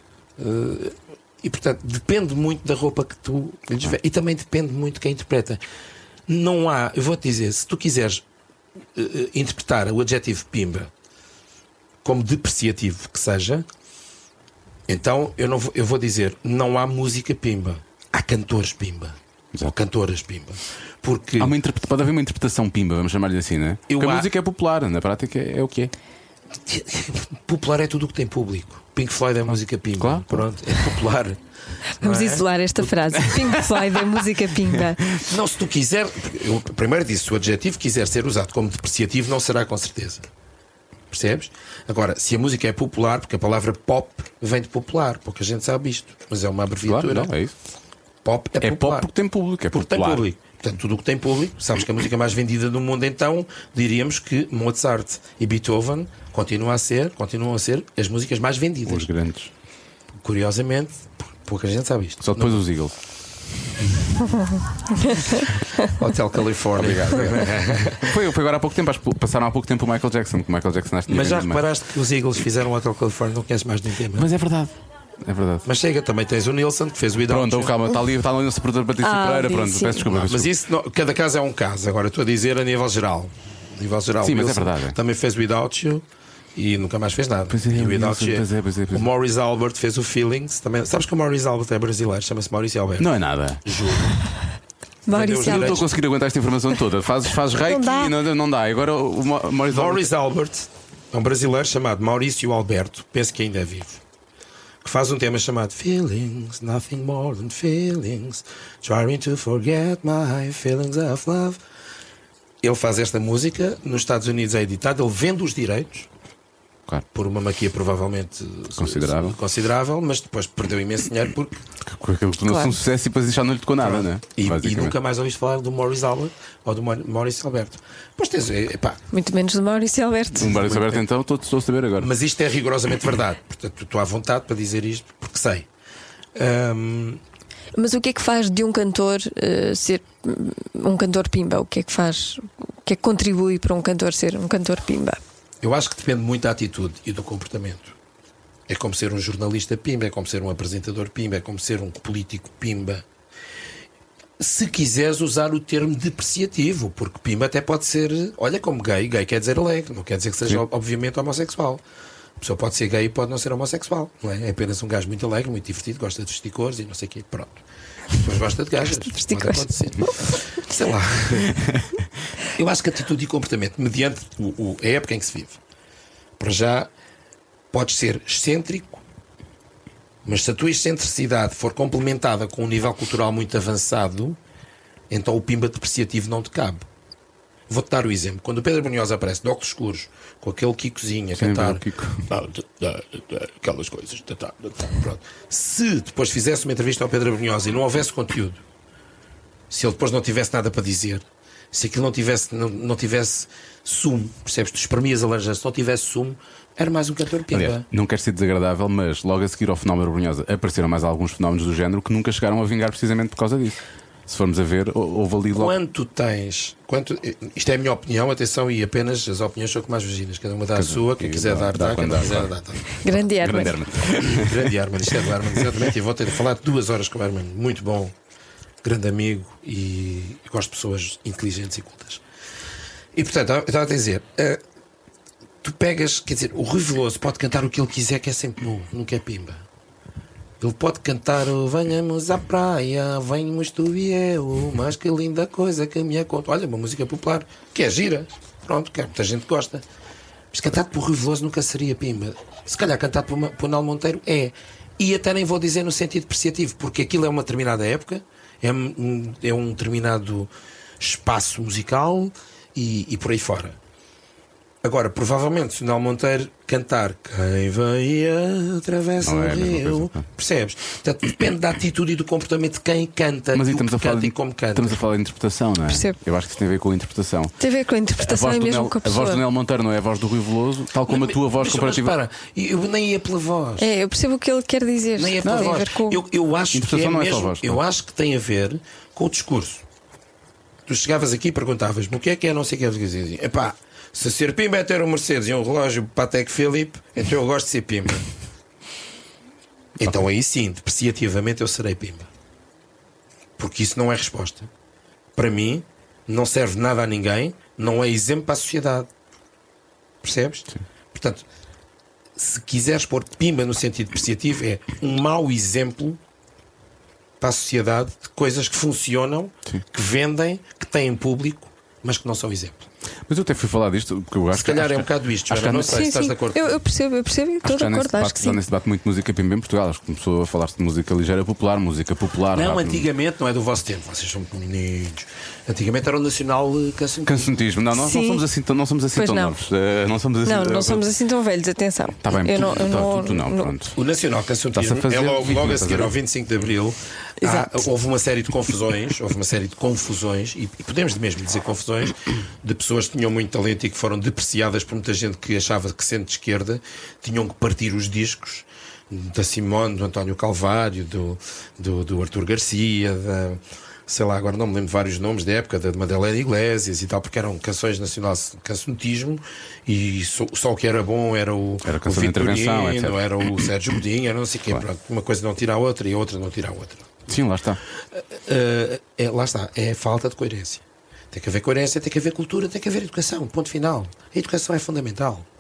E portanto depende muito da roupa que tu lhes vês. E também depende muito de quem interpreta. Não há, eu vou-te dizer, se tu quiseres interpretar o adjetivo pimba como depreciativo que seja, então eu vou dizer, não há música pimba, há cantores pimba. Exato. Ou cantoras pimba. Porque pode haver uma interpretação pimba, vamos chamar-lhe assim, não é? Porque a música é popular, na prática é o que é. Popular é tudo o que tem público. Pink Floyd é música pimba. Claro. Pronto, é popular. Vamos isolar esta frase. Pink Floyd é música pimba. Não, se tu quiser, eu primeiro disse, se o adjetivo quiser ser usado como depreciativo, não será com certeza. Percebes? Agora, se a música é popular, porque a palavra pop vem de popular, pouca gente sabe isto, mas é uma abreviatura. Claro, não, é isso. Pop é popular. Pop porque tem público, é porque popular. Tem público. Portanto, tudo o que tem público, sabes que a música mais vendida do mundo, então diríamos que Mozart e Beethoven continuam a ser as músicas mais vendidas. Os grandes. Curiosamente, pouca gente sabe isto. Só depois os Eagles. Hotel California. Obrigado. Foi agora há pouco tempo, acho que passaram há pouco tempo o Michael Jackson. Que o Michael Jackson mas já reparaste que os Eagles fizeram o Hotel California, não conheces mais de um tema. Mas é verdade. É verdade. Mas chega, também tens o Nilsson que fez o Without. Pronto, calma, está ali o nosso produtor Patrício Pereira. Pronto, sim. peço desculpa. Mas isso, cada caso é um caso. Agora estou a dizer a nível geral. Sim, mas é verdade. Também fez o Without You e nunca mais fez nada. Pois é, E o Without You. pois é. O Maurice Albert fez o Feelings também. Sabes que o Maurice Albert é brasileiro, chama-se Maurício Alberto. Não é nada. Juro. Maurício Eu não Alberto. estou a conseguir aguentar esta informação toda. Fazes reiki e não dá. Agora o Maurice Albert é um brasileiro chamado Maurício Alberto, penso que ainda é vivo, que faz um tema chamado Feelings, Nothing More Than Feelings, Trying to Forget My Feelings of Love. Ele faz esta música, nos Estados Unidos é editado, ele vende os direitos. Claro. Por uma maquia provavelmente Considerável, mas depois perdeu imenso dinheiro porque aquilo tornou-se um sucesso e depois já não lhe tocou nada, né? E nunca mais ouviste falar do Maurice Albert ou do Maurício Alberto. Pois tens, Muito menos do Maurício Alberto. O Maurício Alberto, então, estou a saber agora. Mas isto é rigorosamente verdade. Portanto, estou à vontade para dizer isto porque sei. Mas o que é que faz de um cantor ser um cantor pimba? O que é que faz? O que é que contribui para um cantor ser um cantor pimba? Eu acho que depende muito da atitude e do comportamento. É como ser um jornalista pimba, é como ser um apresentador pimba, é como ser um político pimba. Se quiseres usar o termo depreciativo, porque pimba até pode ser, olha, como gay quer dizer alegre, não quer dizer que seja obviamente homossexual. A pessoa pode ser gay e pode não ser homossexual, não é? É apenas um gajo muito alegre, muito divertido, gosta de vestir cores e não sei o quê, pronto. Depois gosta de gajas, pode acontecer. Sei lá. Eu acho que atitude e comportamento, mediante a época em que se vive, para já podes ser excêntrico, mas se a tua excentricidade for complementada com um nível cultural muito avançado, então o pimba depreciativo não te cabe. Vou-te dar o exemplo. Quando o Pedro Brunhosa aparece de óculos escuros, com aquele Kikozinho a cantar aquelas coisas, pronto. Se depois fizesse uma entrevista ao Pedro Brunhosa e não houvesse conteúdo, se ele depois não tivesse nada para dizer, se aquilo não tivesse sumo, percebes? Tu espremias a laranja, se não tivesse sumo, era mais um cantor pimba. Aliás, não quero ser desagradável, mas logo a seguir ao fenómeno Brunhosa apareceram mais alguns fenómenos do género que nunca chegaram a vingar precisamente por causa disso. Se formos a ver, houve ali logo. Isto é a minha opinião, atenção, e apenas as opiniões são como as vaginas, cada uma dá a sua, quem quiser dar, quem não quiser dar. Grande Herman. Grande Herman, isto é do Herman, exatamente. E vou ter de falar 2 horas com o Herman, muito bom, grande amigo, e gosto de pessoas inteligentes e cultas. E portanto, eu estava a dizer, tu pegas, quer dizer, o Rui Veloso pode cantar o que ele quiser, que é sempre bom, nunca é pimba. Ele pode cantar o venhamos à praia, venhamos tu e eu, mas que linda coisa que me conta. Olha, uma música popular, que é gira, pronto, que muita gente gosta. Mas cantado por Rui Veloso nunca seria pimba. Se calhar cantado por Nel Monteiro é. E até nem vou dizer no sentido depreciativo, porque aquilo é uma determinada época, é um determinado espaço musical e por aí fora. Agora, provavelmente, se o Nel Monteiro cantar Quem vem atravessa o rio, percebes? Portanto, depende da atitude e do comportamento de quem canta. Mas e como canta. Estamos a falar de interpretação, não é? Percebo. Eu acho que isso tem a ver com a interpretação. Tem a ver com a interpretação e mesmo com a pessoa. A voz do Nel Monteiro não é a voz do Rui Veloso, tal como a tua voz comparativa. Mas para, eu nem ia pela voz. Eu percebo o que ele quer dizer. Nem é pela voz. Eu acho que é mesmo, voz, eu acho que tem a ver com o discurso. Tu chegavas aqui e perguntavas-me o que é não sei o que é. Diziam, epá, se ser pimba é ter um Mercedes e um relógio Patek Philippe, então eu gosto de ser pimba. Então aí sim, depreciativamente eu serei pimba. Porque isso não é resposta. Para mim, não serve nada a ninguém, não é exemplo para a sociedade. Percebes? Sim. Portanto, se quiseres pôr pimba no sentido depreciativo, é um mau exemplo para a sociedade de coisas que funcionam, sim, que vendem, que têm público, mas que não são exemplo. Mas eu até fui falar disto porque eu acho se calhar é um bocado isto, Joana, não sei se estás de acordo. Eu percebo e estou de acordo. Acho que sim. Nesse debate muito música pimba em Portugal, acho que começou a falar-se de música ligeira popular, música popular. Não, rápido. Antigamente não é do vosso tempo, vocês são meninos. Antigamente era o nacional cancionismo. Não, nós não somos assim tão novos. Não somos assim tão velhos, atenção. Está bem, tu não, pronto. O nacional cancionismo é logo a seguir ao 25 de Abril. Houve uma série de confusões, e podemos mesmo dizer confusões, de pessoas que tinham muito talento e que foram depreciadas por muita gente que achava que, sendo de esquerda, tinham que partir os discos da Simone, do António Calvário, do Artur Garcia, sei lá, agora não me lembro de vários nomes da época, da Madalena Iglesias e tal, porque eram canções nacional cancionismo, e só o que era bom era o Vitor Bonino, era o Sérgio Godinho, era não sei o quê, pronto, uma coisa não tira a outra e a outra não tira a outra. Sim, lá está. Lá está, é falta de coerência. Tem que haver coerência, tem que haver cultura, tem que haver educação, ponto final. A educação é fundamental.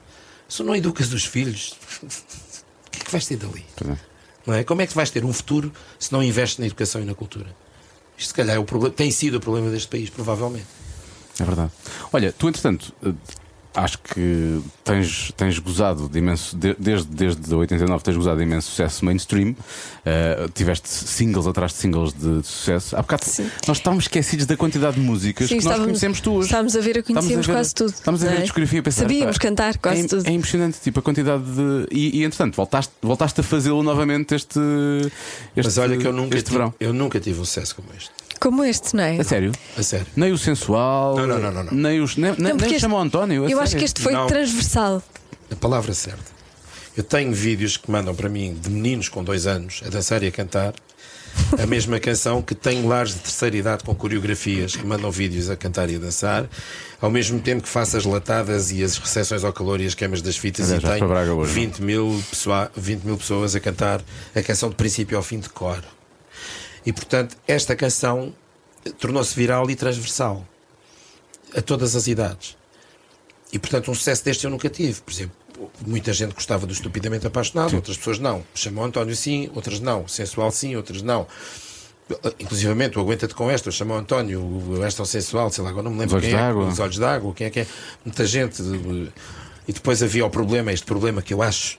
Se não educas os filhos, o que é que vais ter dali? Não é? Como é que vais ter um futuro se não investes na educação e na cultura? Isto, se calhar, é o problema, tem sido o problema deste país, provavelmente. É verdade. Olha, tu, entretanto, acho que tens gozado de imenso, desde 89 tens gozado de imenso sucesso mainstream. Tiveste singles atrás de singles de sucesso. Há bocado nós estávamos esquecidos da quantidade de músicas que nós conhecemos tuas. Estávamos a ver, conhecemos quase tudo. Estamos a ver a discografia e pensar, sabíamos cantar quase tudo. É impressionante, tipo, a quantidade de. E entretanto, voltaste a fazê-lo novamente este Mas olha que eu verão. nunca tive um sucesso como este. Como este, não é? A sério? A sério. Nem o sensual. Não. Nem o chamou António. Eu acho que este foi transversal. A palavra certa. Eu tenho vídeos que mandam para mim de meninos com 2 anos a dançar e a cantar a mesma canção, que tenho lares de terceira idade com coreografias que mandam vídeos a cantar e a dançar, ao mesmo tempo que faço as latadas e as recepções ao calor e as queimas das fitas, e tenho 20 mil pessoas a cantar a canção de princípio ao fim de cor. E portanto esta canção tornou-se viral e transversal a todas as idades. E portanto um sucesso deste eu nunca tive. Por exemplo, muita gente gostava do Estupidamente Apaixonado, outras pessoas não. Chamou António sim, outras não. Sensual sim, outras não. Inclusivamente o Aguenta-te com esta, chamou António, esta é o sensual, sei lá, agora não me lembro quem é, os Olhos d'Água, quem é. Muita gente. E depois havia este problema que eu acho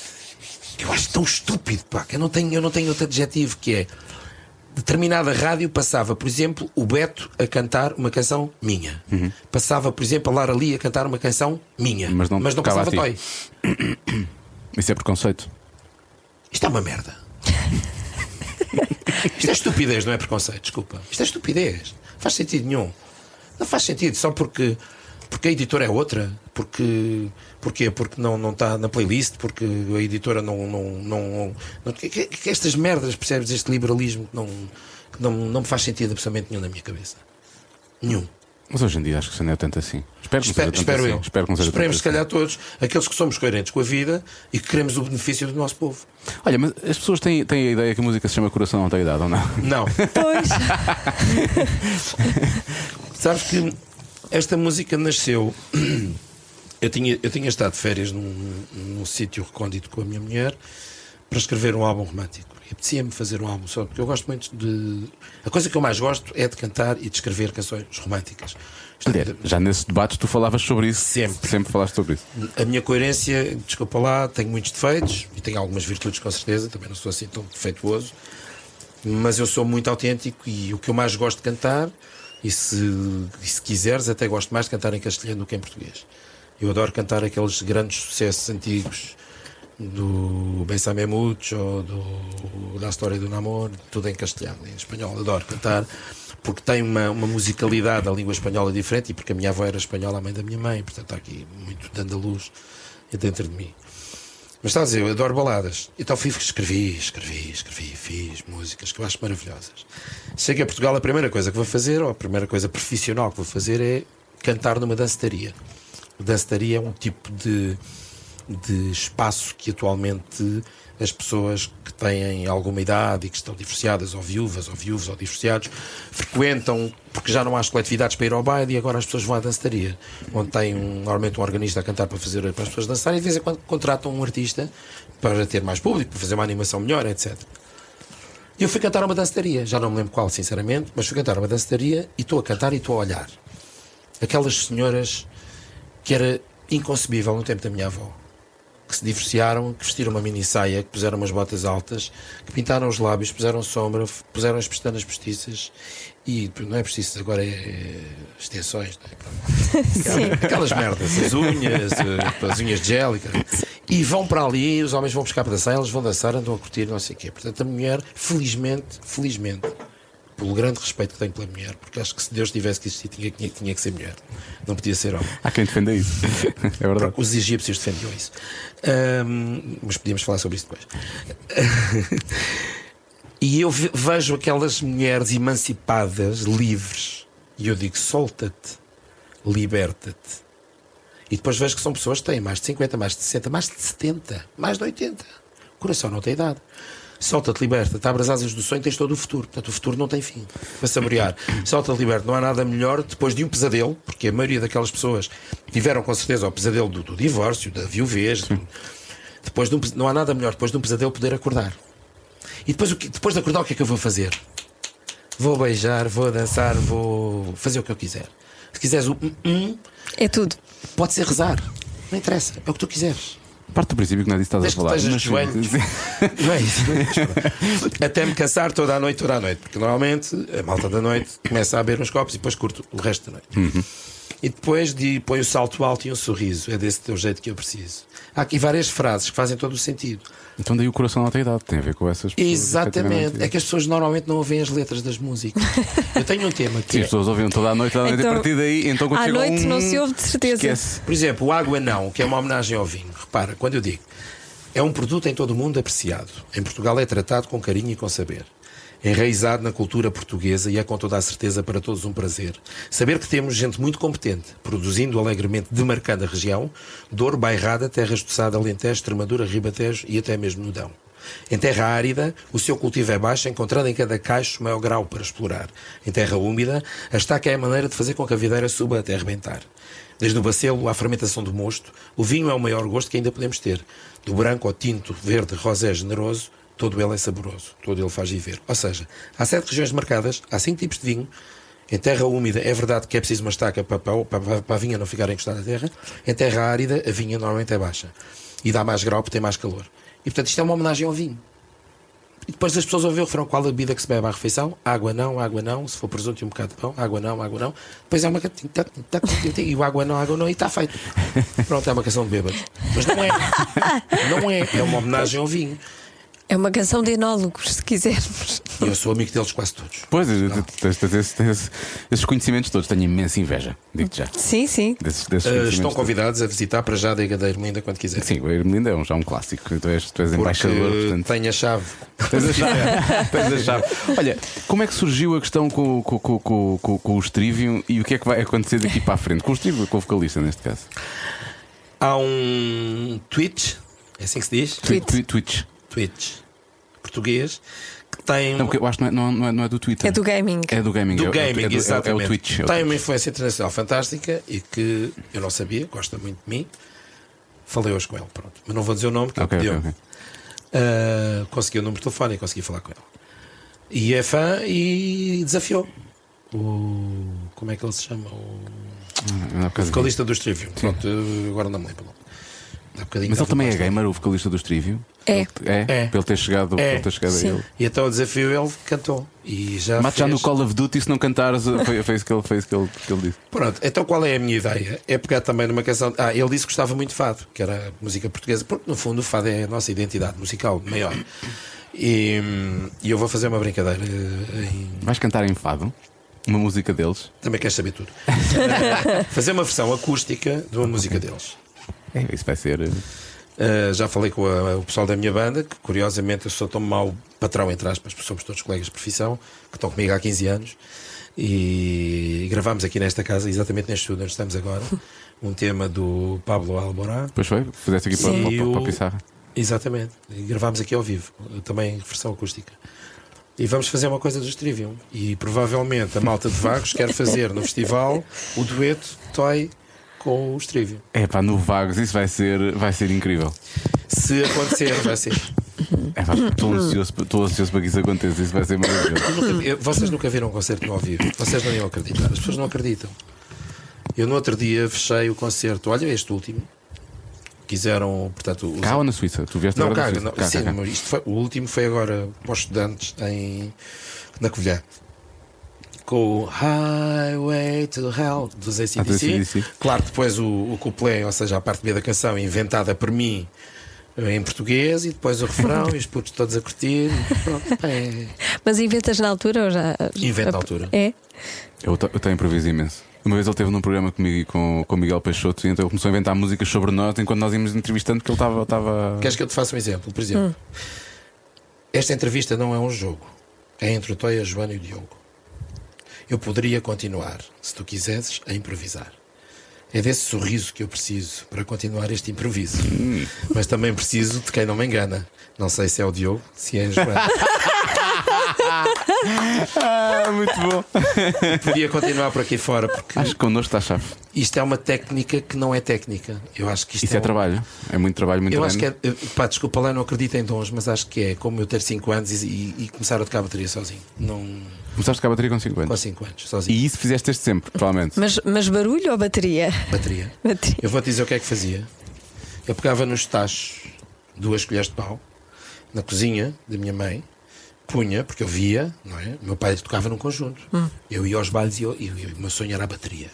tão estúpido, pá, que eu não tenho outro adjetivo, que é: determinada rádio passava, por exemplo, o Beto a cantar uma canção minha. Passava, por exemplo, a Lara Lee a cantar uma canção minha. Mas não passava Toy. Isso é preconceito. Isto é uma merda. Isto é estupidez, não é preconceito, desculpa. Isto é estupidez. Não faz sentido nenhum. Não faz sentido só porque a editora é outra. Porquê? Porque não está na playlist, porque a editora não que estas merdas, percebes? Este liberalismo que não me faz sentido absolutamente nenhum na minha cabeça. Nenhum. Mas hoje em dia acho que isso não é tanto assim. Espero eu. Esperemos, se calhar, assim. todos aqueles que somos coerentes com a vida e que queremos o benefício do nosso povo. Olha, mas as pessoas têm a ideia que a música se chama Coração Não Tem Idade, ou não? Não. Pois. Sabes que esta música nasceu. Eu tinha estado de férias num sítio recôndito com a minha mulher para escrever um álbum romântico. E apetecia-me fazer um álbum só, porque eu gosto muito de. A coisa que eu mais gosto é de cantar e de escrever canções românticas. Já nesse debate tu falavas sobre isso. Sempre falaste sobre isso. A minha coerência, desculpa lá, tenho muitos defeitos e tenho algumas virtudes, com certeza. Também não sou assim tão defeituoso, mas eu sou muito autêntico e o que eu mais gosto de cantar, e se quiseres, até gosto mais de cantar em castelhano do que em português. Eu adoro cantar aqueles grandes sucessos antigos do Bésame Mucho, da História do Namor, tudo em castelhano, em espanhol. Adoro cantar porque tem uma musicalidade da língua espanhola diferente, e porque a minha avó era espanhola, a mãe da minha mãe, portanto há aqui muito de andaluz dentro de mim. Mas estás a dizer, eu adoro baladas. Então escrevi, fiz músicas que eu acho maravilhosas. Chego a Portugal, a primeira coisa que vou fazer, ou a primeira coisa profissional que vou fazer, é cantar numa dancetaria. A dancetaria é um tipo de espaço que atualmente as pessoas que têm alguma idade e que estão divorciadas, ou viúvas, ou viúvos, ou divorciados, frequentam, porque já não há as coletividades para ir ao baile, e agora as pessoas vão à dancetaria, onde tem normalmente um organista a cantar para as pessoas dançarem, e de vez em quando contratam um artista para ter mais público, para fazer uma animação melhor, etc. E eu fui cantar a uma dancetaria, já não me lembro qual, sinceramente, mas fui cantar a uma dancetaria e estou a cantar e estou a olhar aquelas senhoras que era inconcebível no tempo da minha avó, que se divorciaram, que vestiram uma mini saia, que puseram umas botas altas, que pintaram os lábios, puseram sombra, puseram as pestanas postiças, e não é postiças, agora é extensões, não é? Aquelas merdas, as unhas de gel, e vão para ali, os homens vão buscar para dançar, elas vão dançar, andam a curtir, não sei o quê. Portanto, a mulher, felizmente, pelo grande respeito que tenho pela mulher, porque acho que se Deus tivesse que existir, tinha que ser mulher, não podia ser homem. Há quem defenda isso. É verdade. Os egípcios defendiam isso. Mas podíamos falar sobre isso depois. E eu vejo aquelas mulheres emancipadas, livres, e eu digo: solta-te, liberta-te. E depois vejo que são pessoas que têm mais de 50, mais de 60, mais de 70, mais de 80. O coração não tem idade. Solta-te, liberta-te, abre as asas do sonho, tens todo o futuro. Portanto, o futuro não tem fim para saborear. Solta-te, liberta-te, não há nada melhor depois de um pesadelo, porque a maioria daquelas pessoas tiveram com certeza o pesadelo do divórcio, da viuvez. Não há nada melhor depois de um pesadelo poder acordar. E depois de acordar, o que é que eu vou fazer? Vou beijar, vou dançar, vou fazer o que eu quiser. Se quiseres é tudo. Pode ser rezar, não interessa, é o que tu quiseres. Parte do princípio que não é disso que estás a falar. Mas não é isso. Até me cansar toda a noite. Porque normalmente a malta da noite começa a beber uns copos e depois curto o resto da noite. E depois põe o salto alto e um sorriso. É desse teu jeito que eu preciso. Há aqui várias frases que fazem todo o sentido. Então daí o coração não tem idade, tem a ver com essas pessoas. Exatamente. É que as pessoas normalmente não ouvem as letras das músicas. Eu tenho um tema que as pessoas ouviam toda a noite, então, a partir daí, então quando à chega noite não se ouve de certeza. Esquece. Por exemplo, o Água Não, que é uma homenagem ao vinho. Repara, quando eu digo, é um produto em todo o mundo apreciado. Em Portugal é tratado com carinho e com saber. Enraizado na cultura portuguesa e é com toda a certeza para todos um prazer. Saber que temos gente muito competente, produzindo alegremente, demarcando a região, Douro, Bairrada, Terra Estoçada, Alentejo, Extremadura, Ribatejo e até mesmo Nudão. Em terra árida, o seu cultivo é baixo, encontrando em cada cacho maior grau para explorar. Em terra úmida, a estaca é a maneira de fazer com que a videira suba até arrebentar. Desde o bacelo à fermentação do mosto, o vinho é o maior gosto que ainda podemos ter. Do branco ao tinto, verde, rosé, generoso, todo ele é saboroso, todo ele faz viver. Ou seja, há 7 regiões marcadas, há 5 tipos de vinho. Em terra úmida é verdade que é preciso uma estaca para a vinha não ficar encostada à terra. Em terra árida a vinha normalmente é baixa e dá mais grau porque tem mais calor. E portanto isto é uma homenagem ao vinho. E depois as pessoas ouvem o refrão: qual a bebida que se bebe à refeição? Água não, se for presunto e um bocado de pão, água não. Depois é uma e o água não, e está feito. Pronto, é uma canção de bêbados. Mas não é uma homenagem ao vinho. É uma canção de enólogos, se quisermos. E eu sou amigo deles quase todos. Pois, tens esses conhecimentos todos. Tenho imensa inveja, digo-te já. Sim. Desses estão convidados a visitar para já a Adega da Ermelinda quando quiserem. Sim, o Ermelinda é já um clássico. Tu és embaixador, portanto. Tenho a chave. Tens a chave. Olha, como é que surgiu a questão com o Trivium e o que é que vai acontecer daqui para a frente? Com o Trivium, com o vocalista, neste caso. Há um Twitch, é assim que se diz? Twitch português que tem. Não, porque eu acho que não é do Twitter. É do gaming. É do gaming. Exatamente. É o Twitch. Tem uma influência internacional fantástica e que eu não sabia, gosta muito de mim. Falei hoje com ele, pronto. Mas não vou dizer o nome, porque ele pediu. Consegui o número de telefone e consegui falar com ele. E é fã e desafiou. Como é que ele se chama? O vocalista dos Trivium. Pronto, agora não me lembro. Mas ele também é gamer, o vocalista dos Trivium. É. Para ele ter chegado, a ele. E então o desafio ele cantou. E já mate já no Call of Duty se não cantares. Foi isso que ele disse. Pronto, então qual é a minha ideia? É pegar também numa canção. Ele disse que gostava muito de fado, que era música portuguesa, porque no fundo o fado é a nossa identidade musical maior. E eu vou fazer uma brincadeira. Vais cantar em fado? Uma música deles? Também queres saber tudo. Fazer uma versão acústica de uma música deles. Isso vai ser. Já falei com o pessoal da minha banda, que curiosamente eu sou tão mau patrão, entre aspas, porque somos todos colegas de profissão, que estão comigo há 15 anos. E gravámos aqui nesta casa, exatamente neste estúdio onde estamos agora, um tema do Pablo Alborán. Pois foi, fizeste aqui para a Pissarra. Exatamente, e gravámos aqui ao vivo, também versão acústica. E vamos fazer uma coisa dos Trivium. E provavelmente a malta de Vagos quer fazer no festival o dueto Toy com os Trivium. No Vagos isso vai ser incrível. Se acontecer, vai ser. Estou ansioso para que isso aconteça. Isso vai ser maravilhoso. Vocês nunca viram um concerto ao vivo. Vocês não iam acreditar. As pessoas não acreditam. Eu no outro dia fechei o concerto. Olha, este último. Quiseram, portanto. Cá ou na Suíça? Tu vieste agora na Suíça? Sim, mas o último foi agora para os estudantes na Covilhã. Com o Highway to Hell dos AC/DC. Claro, depois o couplet, ou seja, a parte B da canção, inventada por mim em português, e depois o refrão e os putos todos a curtir. Pronto, Mas inventas na altura ou já? Invento na altura. É? Eu tenho improviso imenso. Uma vez ele esteve num programa comigo e com o Miguel Peixoto, e então ele começou a inventar músicas sobre nós enquanto nós íamos entrevistando, que ele estava. Queres que eu te faça um exemplo? Por exemplo, esta entrevista não é um jogo, é entre o Toy, a Joana e o Diogo. Eu poderia continuar, se tu quisesses, a improvisar. É desse sorriso que eu preciso para continuar este improviso. Mas também preciso de quem não me engana. Não sei se é o Diogo, se é a Joana. Muito bom. Podia continuar por aqui fora porque acho que connosco está a chave. Isto é uma técnica que não é técnica. Eu acho que isso é trabalho. É muito trabalho, muito eu treino. acho que é, pá, desculpa lá, não acredito em dons, mas acho que é como eu ter 5 anos e começar a tocar a bateria sozinho. Não... Começaste a tocar a bateria com 5 anos? Com 5 anos, sozinho. E isso fizeste desde sempre, provavelmente. Mas barulho ou bateria? Bateria. Eu vou-te dizer o que é que fazia. Eu pegava nos tachos 2 colheres de pau na cozinha da minha mãe, punha, porque eu via, não é? O meu pai tocava num conjunto. Eu ia aos bailes e o meu sonho era a bateria.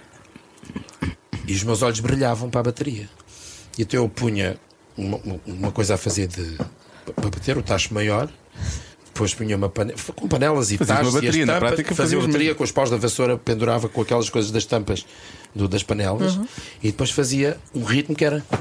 E os meus olhos brilhavam para a bateria. E então eu punha uma coisa a fazer para bater o tacho maior. Depois punha uma panela com panelas e tachos e as tampas, fazia uma bateria com os paus da vassoura, pendurava com aquelas coisas das tampas das panelas. E depois fazia um ritmo que era.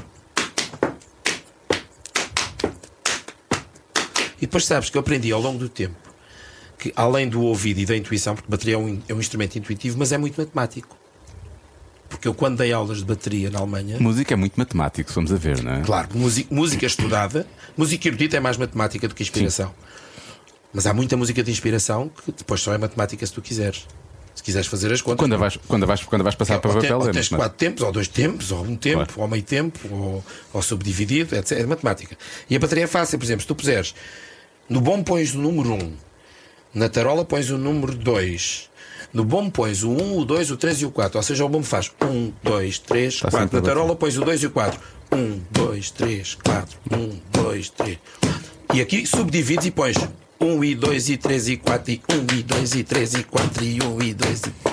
E depois sabes que eu aprendi ao longo do tempo que, além do ouvido e da intuição, porque bateria é um instrumento intuitivo, mas é muito matemático. Porque eu, quando dei aulas de bateria na Alemanha. Música é muito matemático, se vamos a ver, não é? Claro, música estudada, música erudita é mais matemática do que inspiração. Sim. Mas há muita música de inspiração que depois só é matemática se tu quiseres. Se quiseres fazer as contas. Quando vais passar para o papel, ou tens 4 tempos, ou 2 tempos, ou 1 tempo, claro. Ou meio tempo, ou subdividido, etc. É matemática. E a bateria é fácil, por exemplo, se tu puseres. No bom pões o número 1, na tarola pões o número 2, no bom pões o 1, o 2, o 3 e o 4. Ou seja, o bom faz 1, 2, 3, 4. Na tarola pões o 2 e o 4. 1, 2, 3, 4. 1, 2, 3. E aqui subdivides e pões 1 e 2 e 3 e 4 e 1 e 2 e 3 e 4 e 1 e 2 e...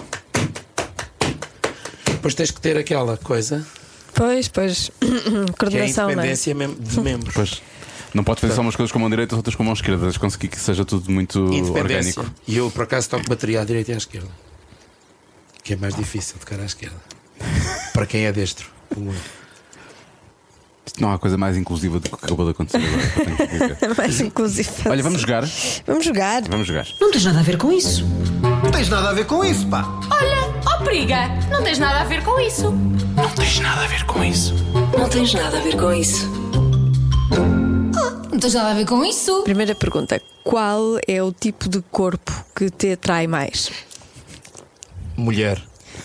Depois tens que ter aquela coisa. Pois. Coordenação, que é a independência de membros. Pois. Não pode fazer só umas coisas com a mão direita e outras com a mão esquerda. Tens de conseguir que seja tudo muito orgânico. E eu, por acaso, toco bateria à direita e à esquerda. Que é mais difícil tocar à esquerda. Para quem é destro. Isto não há coisa mais inclusiva do que acabou de acontecer agora. Mais inclusiva. Olha, vamos jogar? Vamos jogar. Não tens nada a ver com isso. Não tens nada a ver com isso, pá. Olha, briga, não tens nada a ver com isso. Não tens nada a ver com isso. Não tens nada a ver com isso. Não tens nada a ver com isso. Primeira pergunta: qual é o tipo de corpo que te atrai mais? Mulher.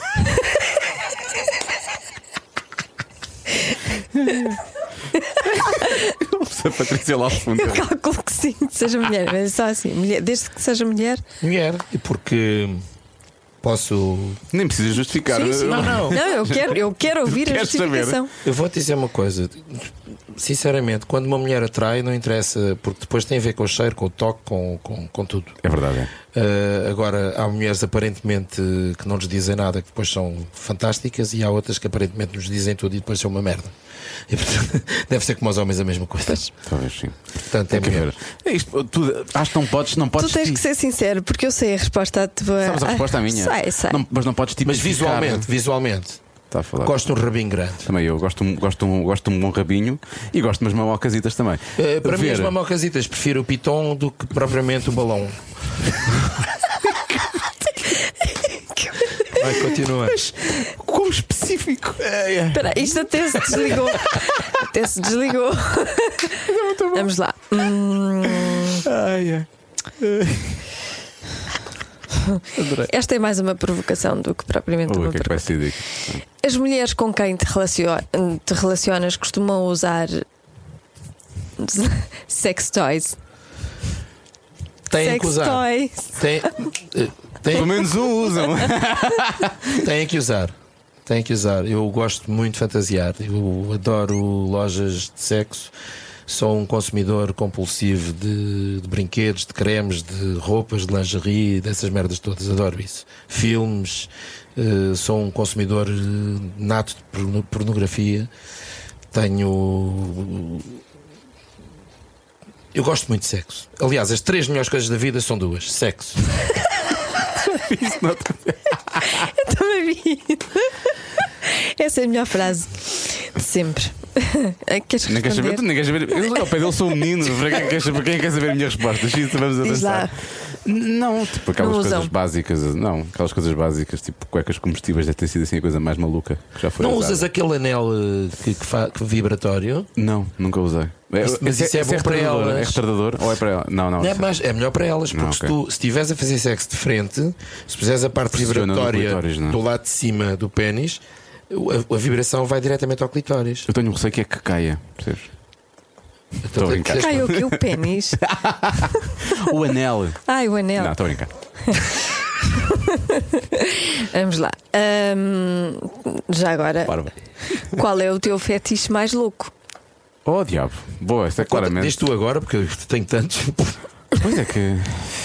A Patrícia lá ao fundo. Eu calculo que sim, que seja mulher, mas só assim, mulher, desde que seja mulher. Mulher, e porque posso. Nem precisas justificar. Sim. Não, eu quero ouvir a justificação. Eu vou-te dizer uma coisa. Sinceramente, quando uma mulher atrai, não interessa, porque depois tem a ver com o cheiro, com o toque, com tudo. É verdade. Agora, há mulheres aparentemente que não nos dizem nada, que depois são fantásticas, e há outras que aparentemente nos dizem tudo e depois são uma merda. E, portanto, deve ser como aos homens a mesma coisa. Talvez sim. Portanto, é mulher. Acho que não podes. Tu tens que ser sincero, porque eu sei a resposta à tua. Sabes a resposta à minha? Sei. Mas não podes tipificar. Mas visualmente. Gosto de um rabinho grande. Também eu gosto de um bom rabinho e gosto de umas mamocasitas também. Para mim, as mamocasitas prefiro o piton do que propriamente o balão. Vai, continua. Mas quão específico. Espera, isto até se desligou. Vamos lá. Esta é mais uma provocação do que propriamente uma pergunta. As mulheres com quem te relacionas costumam usar sex toys? Têm que usar. Pelo menos usam. Têm que usar. Eu gosto muito de fantasiar. Eu adoro lojas de sexo. Sou um consumidor compulsivo de brinquedos, de cremes, de roupas, de lingerie, dessas merdas todas. Adoro isso. Filmes. Sou um consumidor nato de pornografia. Eu gosto muito de sexo. Aliás, as 3 melhores coisas da vida são 2: sexo. Eu também vi. Essa é a melhor frase de sempre. Queres nem queres saber? Eu ao pé dele sou um menino. Para quem quer saber a minha resposta? Vamos avançar. Não, tipo aquelas coisas básicas. Não, aquelas coisas básicas, tipo cuecas comestíveis, deve ter sido assim a coisa mais maluca que já foi. Não usada. usas aquele anel que vibratório? Não, nunca usei. Mas isso é bom para elas. É retardador ou é para elas? Não. É melhor para elas, porque se estiveres a fazer sexo de frente, se puseres a parte vibratória do lado de cima do pénis, a vibração vai diretamente ao clitóris. Eu tenho um receio que é que caia, percebes? Estou a brincar. Cai o quê? O pénis? O anel. Ai, o anel. Não, estou a brincar. Vamos lá. Já agora, Barba. qual é o teu fetiche mais louco? Oh, diabo. Boa, esta é claramente. Diz tu agora, porque eu tenho tantos. Pois é que.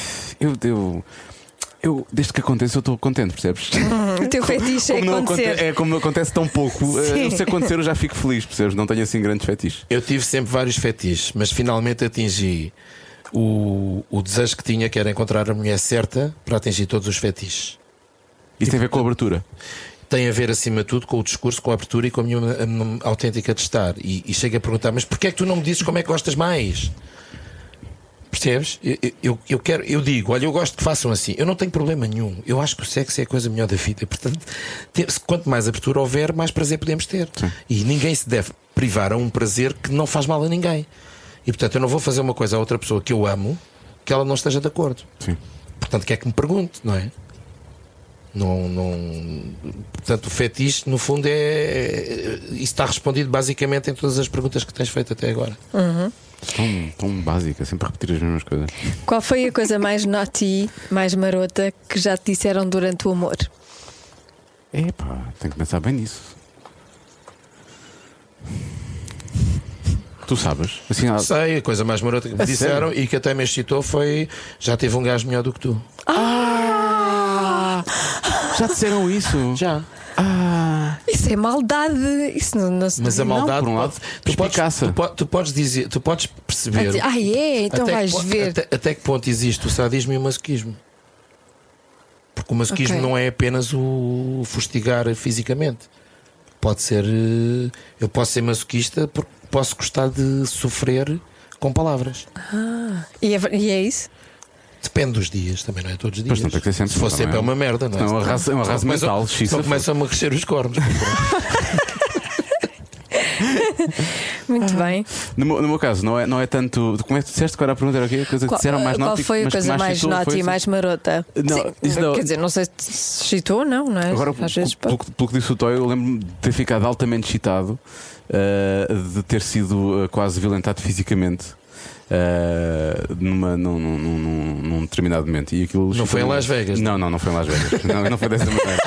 Eu desde que acontece, eu estou contente, percebes? O teu fetiche é acontecer. Como acontece tão pouco, se acontecer eu já fico feliz, percebes? Não tenho assim grandes fetiches. Eu tive sempre vários fetiches, mas finalmente atingi o desejo que tinha, que era encontrar a mulher certa para atingir todos os fetiches. Isso tem a ver com a abertura? Tem a ver, acima de tudo, com o discurso, com a abertura e com a minha autêntica de estar. E chego a perguntar: mas porquê é que tu não me dizes como é que gostas mais? Percebes? Eu digo, olha, eu gosto que façam assim. Eu não tenho problema nenhum. Eu acho que o sexo é a coisa melhor da vida. Portanto, quanto mais abertura houver, mais prazer podemos ter. Sim. E ninguém se deve privar a um prazer que não faz mal a ninguém. E portanto, eu não vou fazer uma coisa a outra pessoa que eu amo que ela não esteja de acordo. Sim. Portanto, quer que me pergunte, não é? Portanto, o fetiche, no fundo, isso está respondido basicamente em todas as perguntas que tens feito até agora. Tão básica, sempre repetir as mesmas coisas. Qual foi a coisa mais naughty, mais marota que já te disseram durante o amor? Epá, tenho que pensar bem nisso. Tu sabes? Assim, Sei, a coisa mais marota que me disseram e que até me excitou foi: já teve um gajo melhor do que tu. Já disseram isso? Já. Isso é maldade. Isso não Mas a maldade, por um lado, tu podes dizer, tu podes perceber. Então vais ver. Até que ponto existe o sadismo e o masoquismo? Porque o masoquismo não é apenas o fustigar fisicamente. Pode ser. Eu posso ser masoquista porque posso gostar de sofrer com palavras. E é isso? Depende dos dias, também não é todos os dias. Pois não tem que ser sempre. Se for sempre é uma merda, não é? É um arraso mental. Só começam a crescer os cornos. Muito bem. No meu caso, não é tanto. Como é que tu disseste? Qual era a pergunta? Era o quê? Coisa que disseram mais qual naughty, foi a coisa mais naughty e mais marota? Não, sim, quer dizer, não sei se excitou ou não é? Agora, às vezes, pelo que disse o Toy, eu lembro-me de ter ficado altamente excitado, de ter sido quase violentado fisicamente. Num determinado momento. E aquilo não foi em Las Vegas? Não foi em Las Vegas. não foi dessa maneira.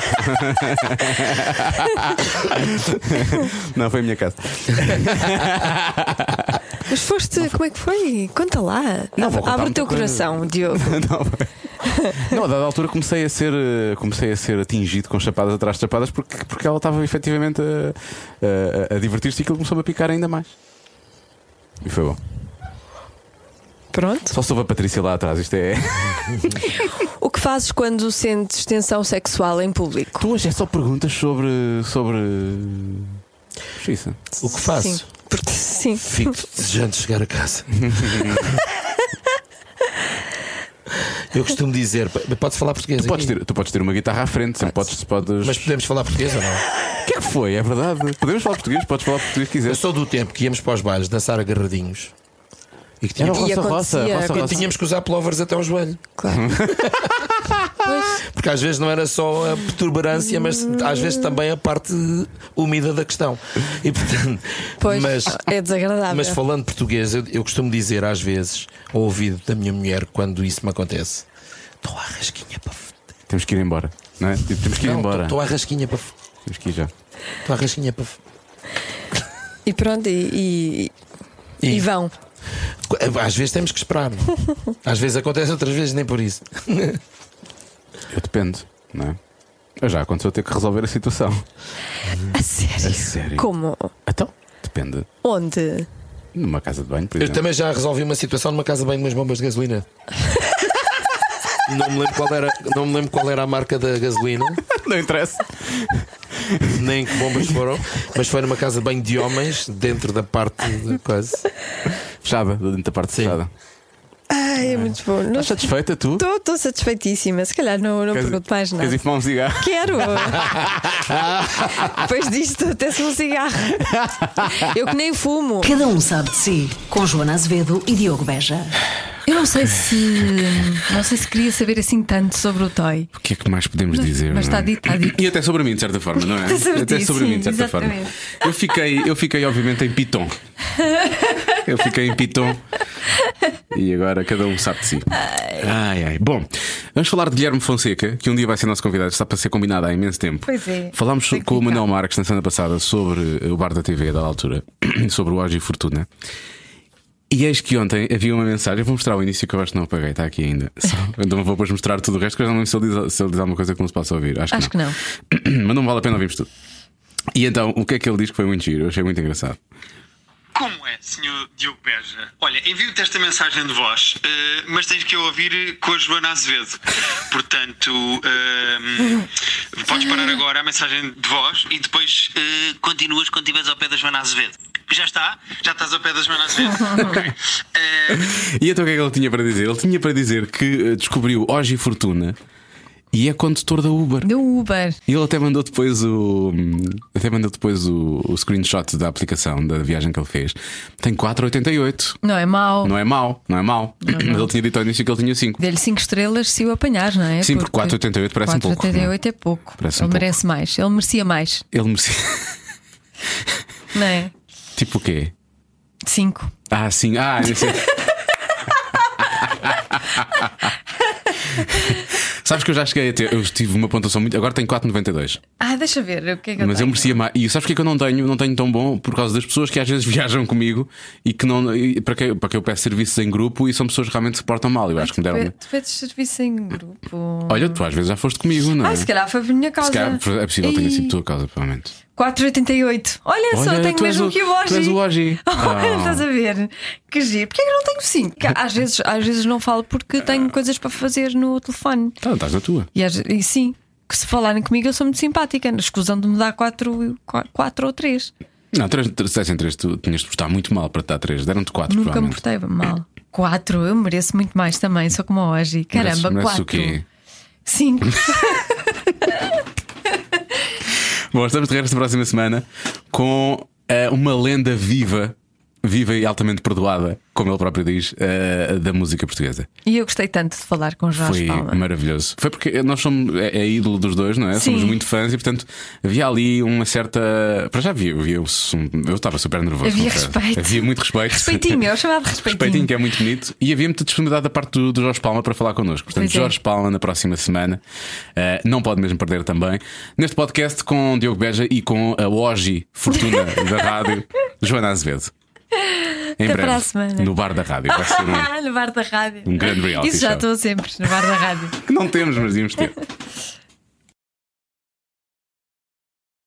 Não, foi a minha casa. Mas foste, como é que foi? Conta lá. Abre o teu coração, Diogo. Não, a dada altura comecei a ser atingido com chapadas atrás de chapadas porque ela estava efetivamente a divertir-se e aquilo começou a picar ainda mais. E foi bom. Pronto. Só soube a Patrícia lá atrás, isto é. O que fazes quando sentes tensão sexual em público? Tu hoje é só perguntas sobre. Justiça. O que faço? Sim. Sim. Fico desejando chegar a casa. Eu costumo dizer, podes falar português? Tu podes ter uma guitarra à frente, sempre podes. Mas podemos falar português ou não? O que é que foi? É verdade. Podemos falar português, podes falar português se quiseres. Eu sou do tempo que íamos para os bailes dançar agarradinhos. E que roça. Tínhamos que usar pullovers até ao joelho. Claro. Porque às vezes não era só a perturbarância, mas às vezes também a parte úmida da questão. E portanto, é desagradável. Mas falando português, eu costumo dizer às vezes ao ouvido da minha mulher, quando isso me acontece: estou à rasquinha para. Temos que ir embora, não é? Temos que ir embora. Estou à rasquinha para. Temos que ir já. Estou à rasquinha para. E pronto, e vão. Às vezes temos que esperar. Às vezes acontece, outras vezes nem por isso. Eu dependo, não é? Eu já aconteceu ter que resolver a situação. A sério? A sério? Como? Então, depende. Onde? Numa casa de banho, por exemplo. Eu também já resolvi uma situação numa casa de banho de umas bombas de gasolina. Não me lembro qual era a marca da gasolina. Não interessa. Nem que bombas foram. Mas foi numa casa de banho de homens, dentro da parte da coisa fechada, dentro da parte fechada. Ai, é muito bom. Estás satisfeita tu? Estou satisfeitíssima. Se calhar não pergunto mais nada. Queres ir fumar um cigarro? Quero. Depois disto, até-se um cigarro. Eu que nem fumo. Cada um sabe de si, com Joana Azevedo e Diogo Beja. Eu não sei se queria saber assim tanto sobre o Toy. O que é que mais podemos dizer? Mas está dito. E até sobre mim, de certa forma, não é? Até sobre mim, de certa forma. Eu fiquei, obviamente, em Piton. Eu fiquei em Piton. E agora cada um sabe de si. Ai. Bom, vamos falar de Guilherme Fonseca, que um dia vai ser nosso convidado. Está para ser combinado há imenso tempo. Pois é. Falámos com o Manuel Marques na semana passada sobre o bar da TV da altura, sobre o Hoje e Fortuna. E eis que ontem havia uma mensagem. Eu vou mostrar o início que eu acho que não apaguei, está aqui ainda. Então vou depois mostrar tudo o resto, que eu não lembro se ele diz alguma coisa que não se possa ouvir. Acho que não. Mas não vale a pena ouvirmos tudo. E então, o que é que ele diz que foi muito giro? Eu achei muito engraçado. Como é, Sr. Diogo Beja? Olha, envio-te esta mensagem de voz, mas tens que a ouvir com a Joana Azevedo. Portanto, podes parar agora a mensagem de voz e depois continuas quando estiveres ao pé da Joana Azevedo. Já está? Já estás ao pé da Joana Azevedo? Ok. E então o que é que ele tinha para dizer? Ele tinha para dizer que descobriu Hoje e Fortuna e é condutor da Uber. Do Uber. E ele até mandou depois o screenshot da aplicação da viagem que ele fez. Tem 4,88. Não é mau. Não é mau. Mas ele tinha dito ao início que ele tinha 5. Dê-lhe 5 estrelas se o apanhar, não é? Sim, porque 4,88 parece um pouco. 4,88 é pouco. Ele merece mais. Ele merecia mais. Ele merecia. Não é? Tipo o quê? 5. Ah, sim. Nem sei. Sabes que eu já cheguei a ter. Eu tive uma pontuação muito. Agora tenho 4,92. Deixa ver o que é que eu Mas tenho. eu merecia mais. E sabes porque é que eu não tenho tão bom? Por causa das pessoas que às vezes viajam comigo e que não. Para que eu peço serviços em grupo e são pessoas que realmente se portam mal. Eu acho que me deram. Tu fazes serviço em grupo. Olha, tu às vezes já foste comigo, não é? Se calhar foi por minha causa. Se calhar é possível que tenha sido tua causa, provavelmente. 4,88. Olha só, tenho mesmo que o Hoje. Tu és o Hoje. Estás a ver? Que giro. Porquê que eu não tenho 5? Às vezes não falo porque tenho coisas para fazer no telefone. Então, estás na tua. E sim, que se falarem comigo eu sou muito simpática. Na escusão de me dar 4 ou 3. Não, 3 em 3 tu tinhas de portar muito mal para te dar 3. Deram-te 4. Nunca me portei mal. 4, eu mereço muito mais também. Sou como a Hoje. Caramba, 4. O quê? 5. Bom, estamos de regresso na próxima semana com uma lenda viva e altamente perdoada, como ele próprio diz, da música portuguesa. E eu gostei tanto de falar com Jorge Palma. Foi maravilhoso. Foi porque nós somos ídolo dos dois, não é? Sim. Somos muito fãs e, portanto, havia ali uma certa. Para já eu estava super nervoso. Havia respeito. Havia muito respeito. Respeitinho, eu chamava de respeitinho. Respeitinho, que é muito bonito. E havia muita disponibilidade da parte do Jorge Palma para falar connosco. Portanto, Jorge Palma na próxima semana. Não pode mesmo perder também. Neste podcast com Diogo Beja e com a Hoje Fortuna da rádio, Joana Azevedo. Em Até breve, para a semana. no bar da rádio. Vai ser no bar da rádio. um grande reality Isso já show. estou sempre no bar da rádio. Que não temos, mas íamos ter.